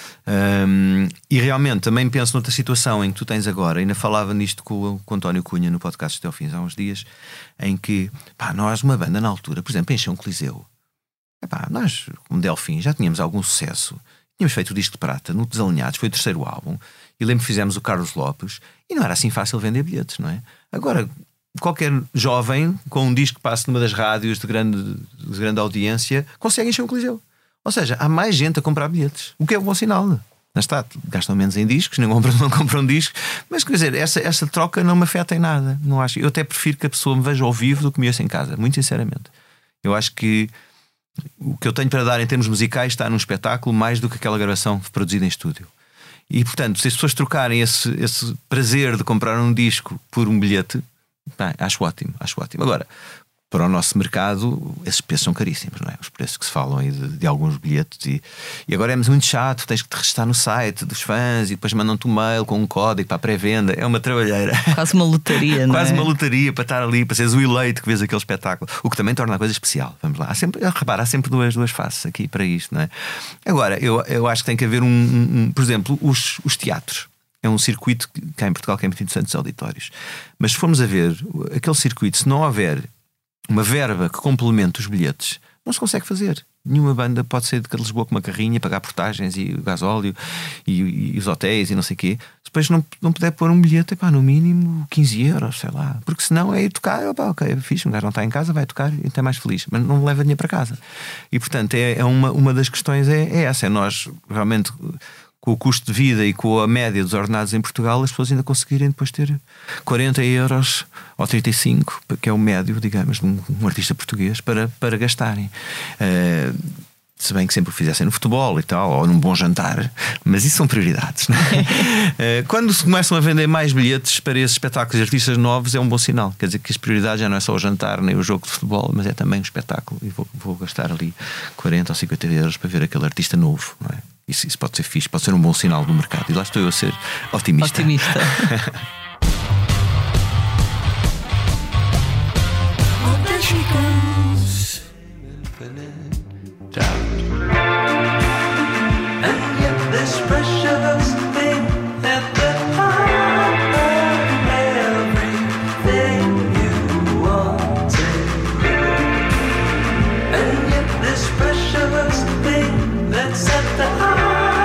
Um, e realmente também penso noutra situação em que tu tens agora, ainda falava nisto com, com o António Cunha no podcast de Delfins há uns dias, em que pá, nós, uma banda na altura, por exemplo, encheu um Coliseu. Epá, nós, como Delfins, já tínhamos algum sucesso. Tínhamos feito o disco de prata no Desalinhados, foi o terceiro álbum. E lembro que fizemos o Carlos Lopes e não era assim fácil vender bilhetes, não é? Agora, qualquer jovem com um disco que passe numa das rádios de grande, de grande audiência consegue encher um Coliseu. Ou seja, há mais gente a comprar bilhetes, o que é um bom sinal. Não está, gastam menos em discos, não compram, não compram discos, mas quer dizer, essa, essa troca não me afeta em nada. Não acho. Eu até prefiro que a pessoa me veja ao vivo do que me ouça em casa, muito sinceramente. Eu acho que o que eu tenho para dar em termos musicais está num espetáculo mais do que aquela gravação produzida em estúdio. E portanto, se as pessoas trocarem esse, esse prazer de comprar um disco por um bilhete, bem, acho ótimo, acho ótimo. Agora, para o nosso mercado, esses preços são caríssimos, não é? Os preços que se falam aí de, de alguns bilhetes. E, e agora é muito chato, tens que te registrar no site dos fãs e depois mandam-te um mail com um código para a pré-venda. É uma trabalheira. Quase uma lotaria, não é? Quase uma lotaria para estar ali, para seres o eleito que vês aquele espetáculo. O que também torna a coisa especial. Vamos lá. Há sempre, repara, há sempre duas, duas faces aqui para isto, não é? Agora, eu, eu acho que tem que haver um, um, um por exemplo, os, os teatros. É um circuito que cá em Portugal que é muito interessante, os auditórios. Mas se formos a ver aquele circuito, se não houver uma verba que complemente os bilhetes, não se consegue fazer. Nenhuma banda pode sair de Lisboa com uma carrinha, pagar portagens e o gasóleo e, e os hotéis e não sei o quê. Depois não, não puder pôr um bilhete, epá, no mínimo quinze euros, sei lá. Porque senão é ir tocar, opa, ok, é fixe, um gajo não está em casa, vai tocar e está mais feliz, mas não leva dinheiro para casa. E portanto é, é uma, uma das questões é, é essa, é nós realmente, com o custo de vida e com a média dos ordenados em Portugal, as pessoas ainda conseguirem depois ter quarenta euros ou trinta e cinco, que é o médio, digamos, de um, um artista português, para, para gastarem. Uh, se bem que sempre o fizessem no futebol e tal, ou num bom jantar, mas isso são prioridades, não é? uh, quando se começam a vender mais bilhetes para esses espetáculos de artistas novos, é um bom sinal. Quer dizer que as prioridades já não é só o jantar nem o jogo de futebol, mas é também o espetáculo. E vou, vou gastar ali quarenta ou cinquenta euros para ver aquele artista novo, não é? Isso, isso pode ser fixe, pode ser um bom sinal do mercado. E lá estou eu a ser otimista. Otimista. Oh, there she goes. And yet this precious thing at the heart of everything you wanted. And yet this precious thing that's at the heart.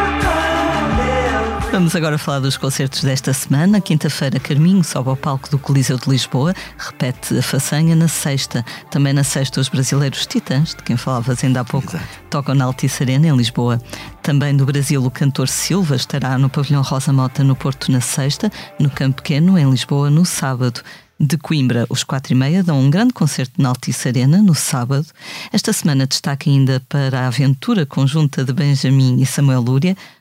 Vamos agora falar dos concertos desta semana. Quinta-feira, Carminho sobe ao palco do Coliseu de Lisboa, repete a façanha na sexta. Também na sexta, os brasileiros Titãs, de quem falavas ainda há pouco, Exato. Tocam na Altice Arena, em Lisboa. Também do Brasil, o cantor Silva estará no Pavilhão Rosa Mota, no Porto, na sexta. No Campo Pequeno, em Lisboa, no sábado. De Coimbra, os quatro e meia dão um grande concerto na Altice Arena, no sábado. Esta semana destaque ainda para a aventura conjunta de Benjamin e Samuel Lúria,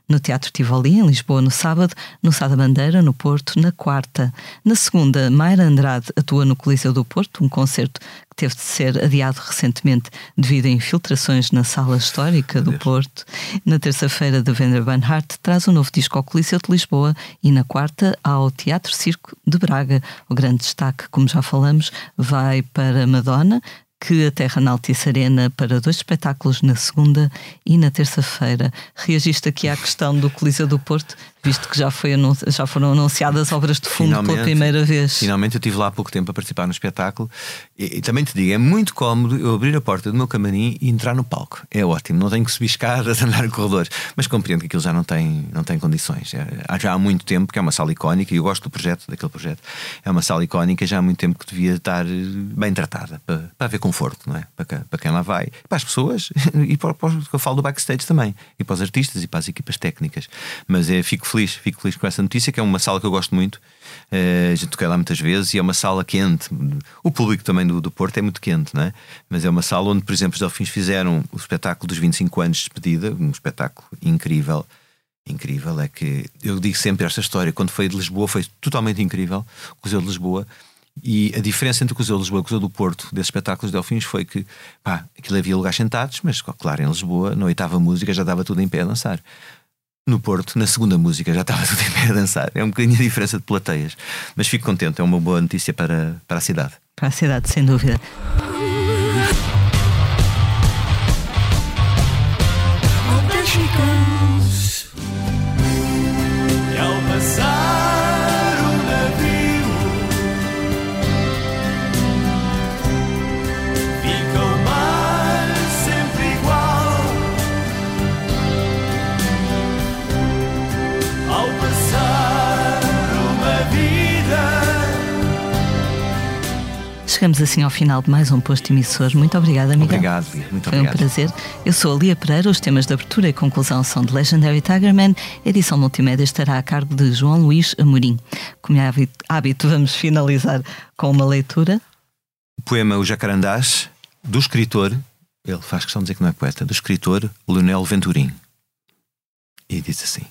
no Teatro Tivoli, em Lisboa, no sábado, no Sá da Bandeira, no Porto, na quarta. Na segunda, Mayra Andrade atua no Coliseu do Porto, um concerto que teve de ser adiado recentemente devido a infiltrações na sala histórica do Porto. Na terça-feira, Devendra Banhart traz um novo disco ao Coliseu de Lisboa e na quarta ao Teatro Circo de Braga. O grande destaque, como já falamos, vai para Madonna, que aterra na Altice Arena para dois espetáculos na segunda e na terça-feira. Reagiste aqui à questão do Coliseu do Porto, visto que já, foi anun- já foram anunciadas obras de fundo finalmente, pela primeira vez. Finalmente eu estive lá há pouco tempo a participar no espetáculo e, e também te digo, é muito cómodo eu abrir a porta do meu camarim e entrar no palco. É ótimo, não tenho que subir escadas, andar em corredores, mas compreendo que aquilo já não tem, não tem condições. É, já há muito tempo que é uma sala icónica e eu gosto do projeto, daquele projeto. É uma sala icónica, já há muito tempo que devia estar bem tratada, para, para haver conforto, não é? Para, para quem lá vai, para as pessoas e para, para os que eu falo do backstage também, e para os artistas e para as equipas técnicas. Mas é, fico feliz, fico feliz com essa notícia, que é uma sala que eu gosto muito. Uh, já toquei lá muitas vezes e é uma sala quente. O público também do, do Porto é muito quente, não é? Mas é uma sala onde, por exemplo, os Delfins fizeram o espetáculo dos vinte e cinco anos de despedida, um espetáculo incrível. Incrível, é que eu digo sempre esta história. Quando foi de Lisboa, foi totalmente incrível. O Coliseu de Lisboa. E a diferença entre o Coliseu de Lisboa e o Coliseu do Porto desses espetáculos de Delfins foi que, pá, aquilo havia lugares sentados, mas claro, em Lisboa, na oitava música já estava tudo em pé a dançar. No Porto, na segunda música, já estava tudo em pé a dançar. É um bocadinho a diferença de plateias. Mas fico contente, é uma boa notícia para, para a cidade. Para a cidade, sem dúvida. E ao passar o navio fica o mar sempre igual. Ao passar uma vida. Chegamos assim ao final de mais um posto emissor. Muito obrigada, Miguel. Obrigado, Lia. Muito Foi obrigado. um prazer. Eu sou a Lia Pereira. Os temas de abertura e conclusão são de Legendary Tigerman. A edição multimédia estará a cargo de João Luís Amorim. Como é hábito, vamos finalizar com uma leitura. O poema O Jacarandás, do escritor, ele faz questão de dizer que não é poeta, do escritor Leonel Venturim. E diz assim: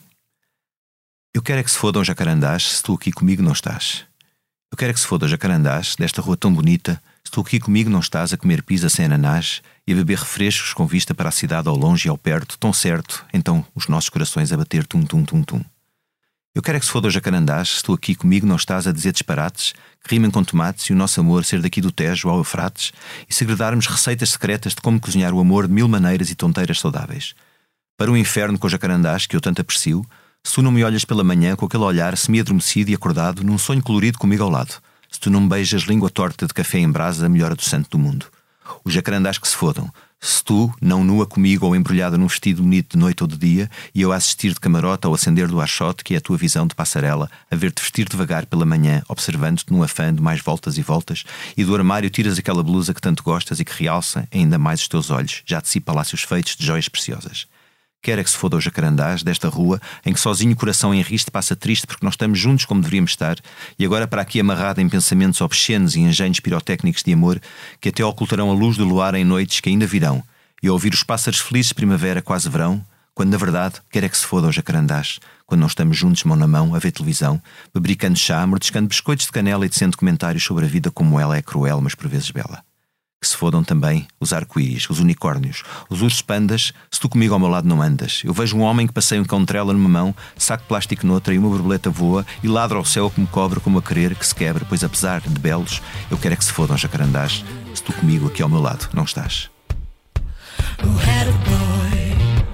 eu quero é que se fodam jacarandás se tu aqui comigo não estás. Eu quero é que se foda o jacarandás desta rua tão bonita, se tu aqui comigo não estás a comer pizza sem ananás e a beber refrescos com vista para a cidade ao longe e ao perto, tão certo, então os nossos corações a bater tum tum tum tum. Eu quero é que se foda o jacarandás se tu aqui comigo não estás a dizer disparates que rimem com tomates e o nosso amor ser daqui do Tejo ao Eufrates e segredarmos receitas secretas de como cozinhar o amor de mil maneiras e tonteiras saudáveis. Para o inferno com o jacarandás que eu tanto aprecio, se tu não me olhas pela manhã com aquele olhar semi-adormecido e acordado num sonho colorido comigo ao lado, se tu não me beijas língua torta de café em brasa, a melhor adoçante do mundo. Os jacarandás que se fodam. Se tu, não nua comigo ou embrulhada num vestido bonito de noite ou de dia, e eu a assistir de camarota ao acender do archote, que é a tua visão de passarela, a ver-te vestir devagar pela manhã, observando-te num afã de mais voltas e voltas, e do armário tiras aquela blusa que tanto gostas e que realça ainda mais os teus olhos, já de si palácios feitos de joias preciosas. Quer é que se foda os jacarandás desta rua em que sozinho o coração em riste passa triste porque nós estamos juntos como deveríamos estar e agora para aqui amarrado em pensamentos obscenos e engenhos pirotécnicos de amor que até ocultarão a luz do luar em noites que ainda virão e a ouvir os pássaros felizes de primavera quase verão, quando na verdade quer é que se foda os jacarandás quando não estamos juntos mão na mão a ver televisão, bebericando chá, mordiscando biscoitos de canela e tecendo comentários sobre a vida como ela é cruel mas por vezes bela. Que se fodam também os arco-íris, os unicórnios, os ursos pandas, se tu comigo ao meu lado não andas. Eu vejo um homem que passeia um cão trela numa mão, saco de plástico noutra e uma borboleta voa e ladra ao céu como cobra, como a querer que se quebra, pois apesar de belos, eu quero é que se fodam os jacarandás, se tu comigo aqui ao meu lado não estás. Who had a boy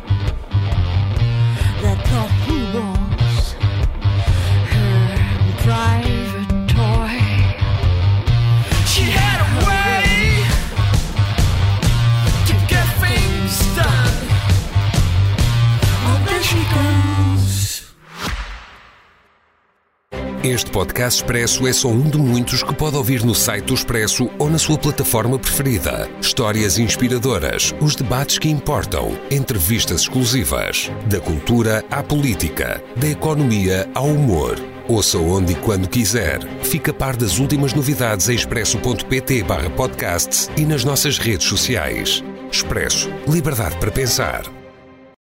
that thought he was her private toy. She had a way to get things done. Oh, there she goes. Este podcast Expresso é só um de muitos que pode ouvir no site do Expresso ou na sua plataforma preferida. Histórias inspiradoras, os debates que importam, entrevistas exclusivas, da cultura à política, da economia ao humor. Ouça onde e quando quiser. Fica a par das últimas novidades em expresso.pt barra podcasts e nas nossas redes sociais. Expresso. Liberdade para pensar.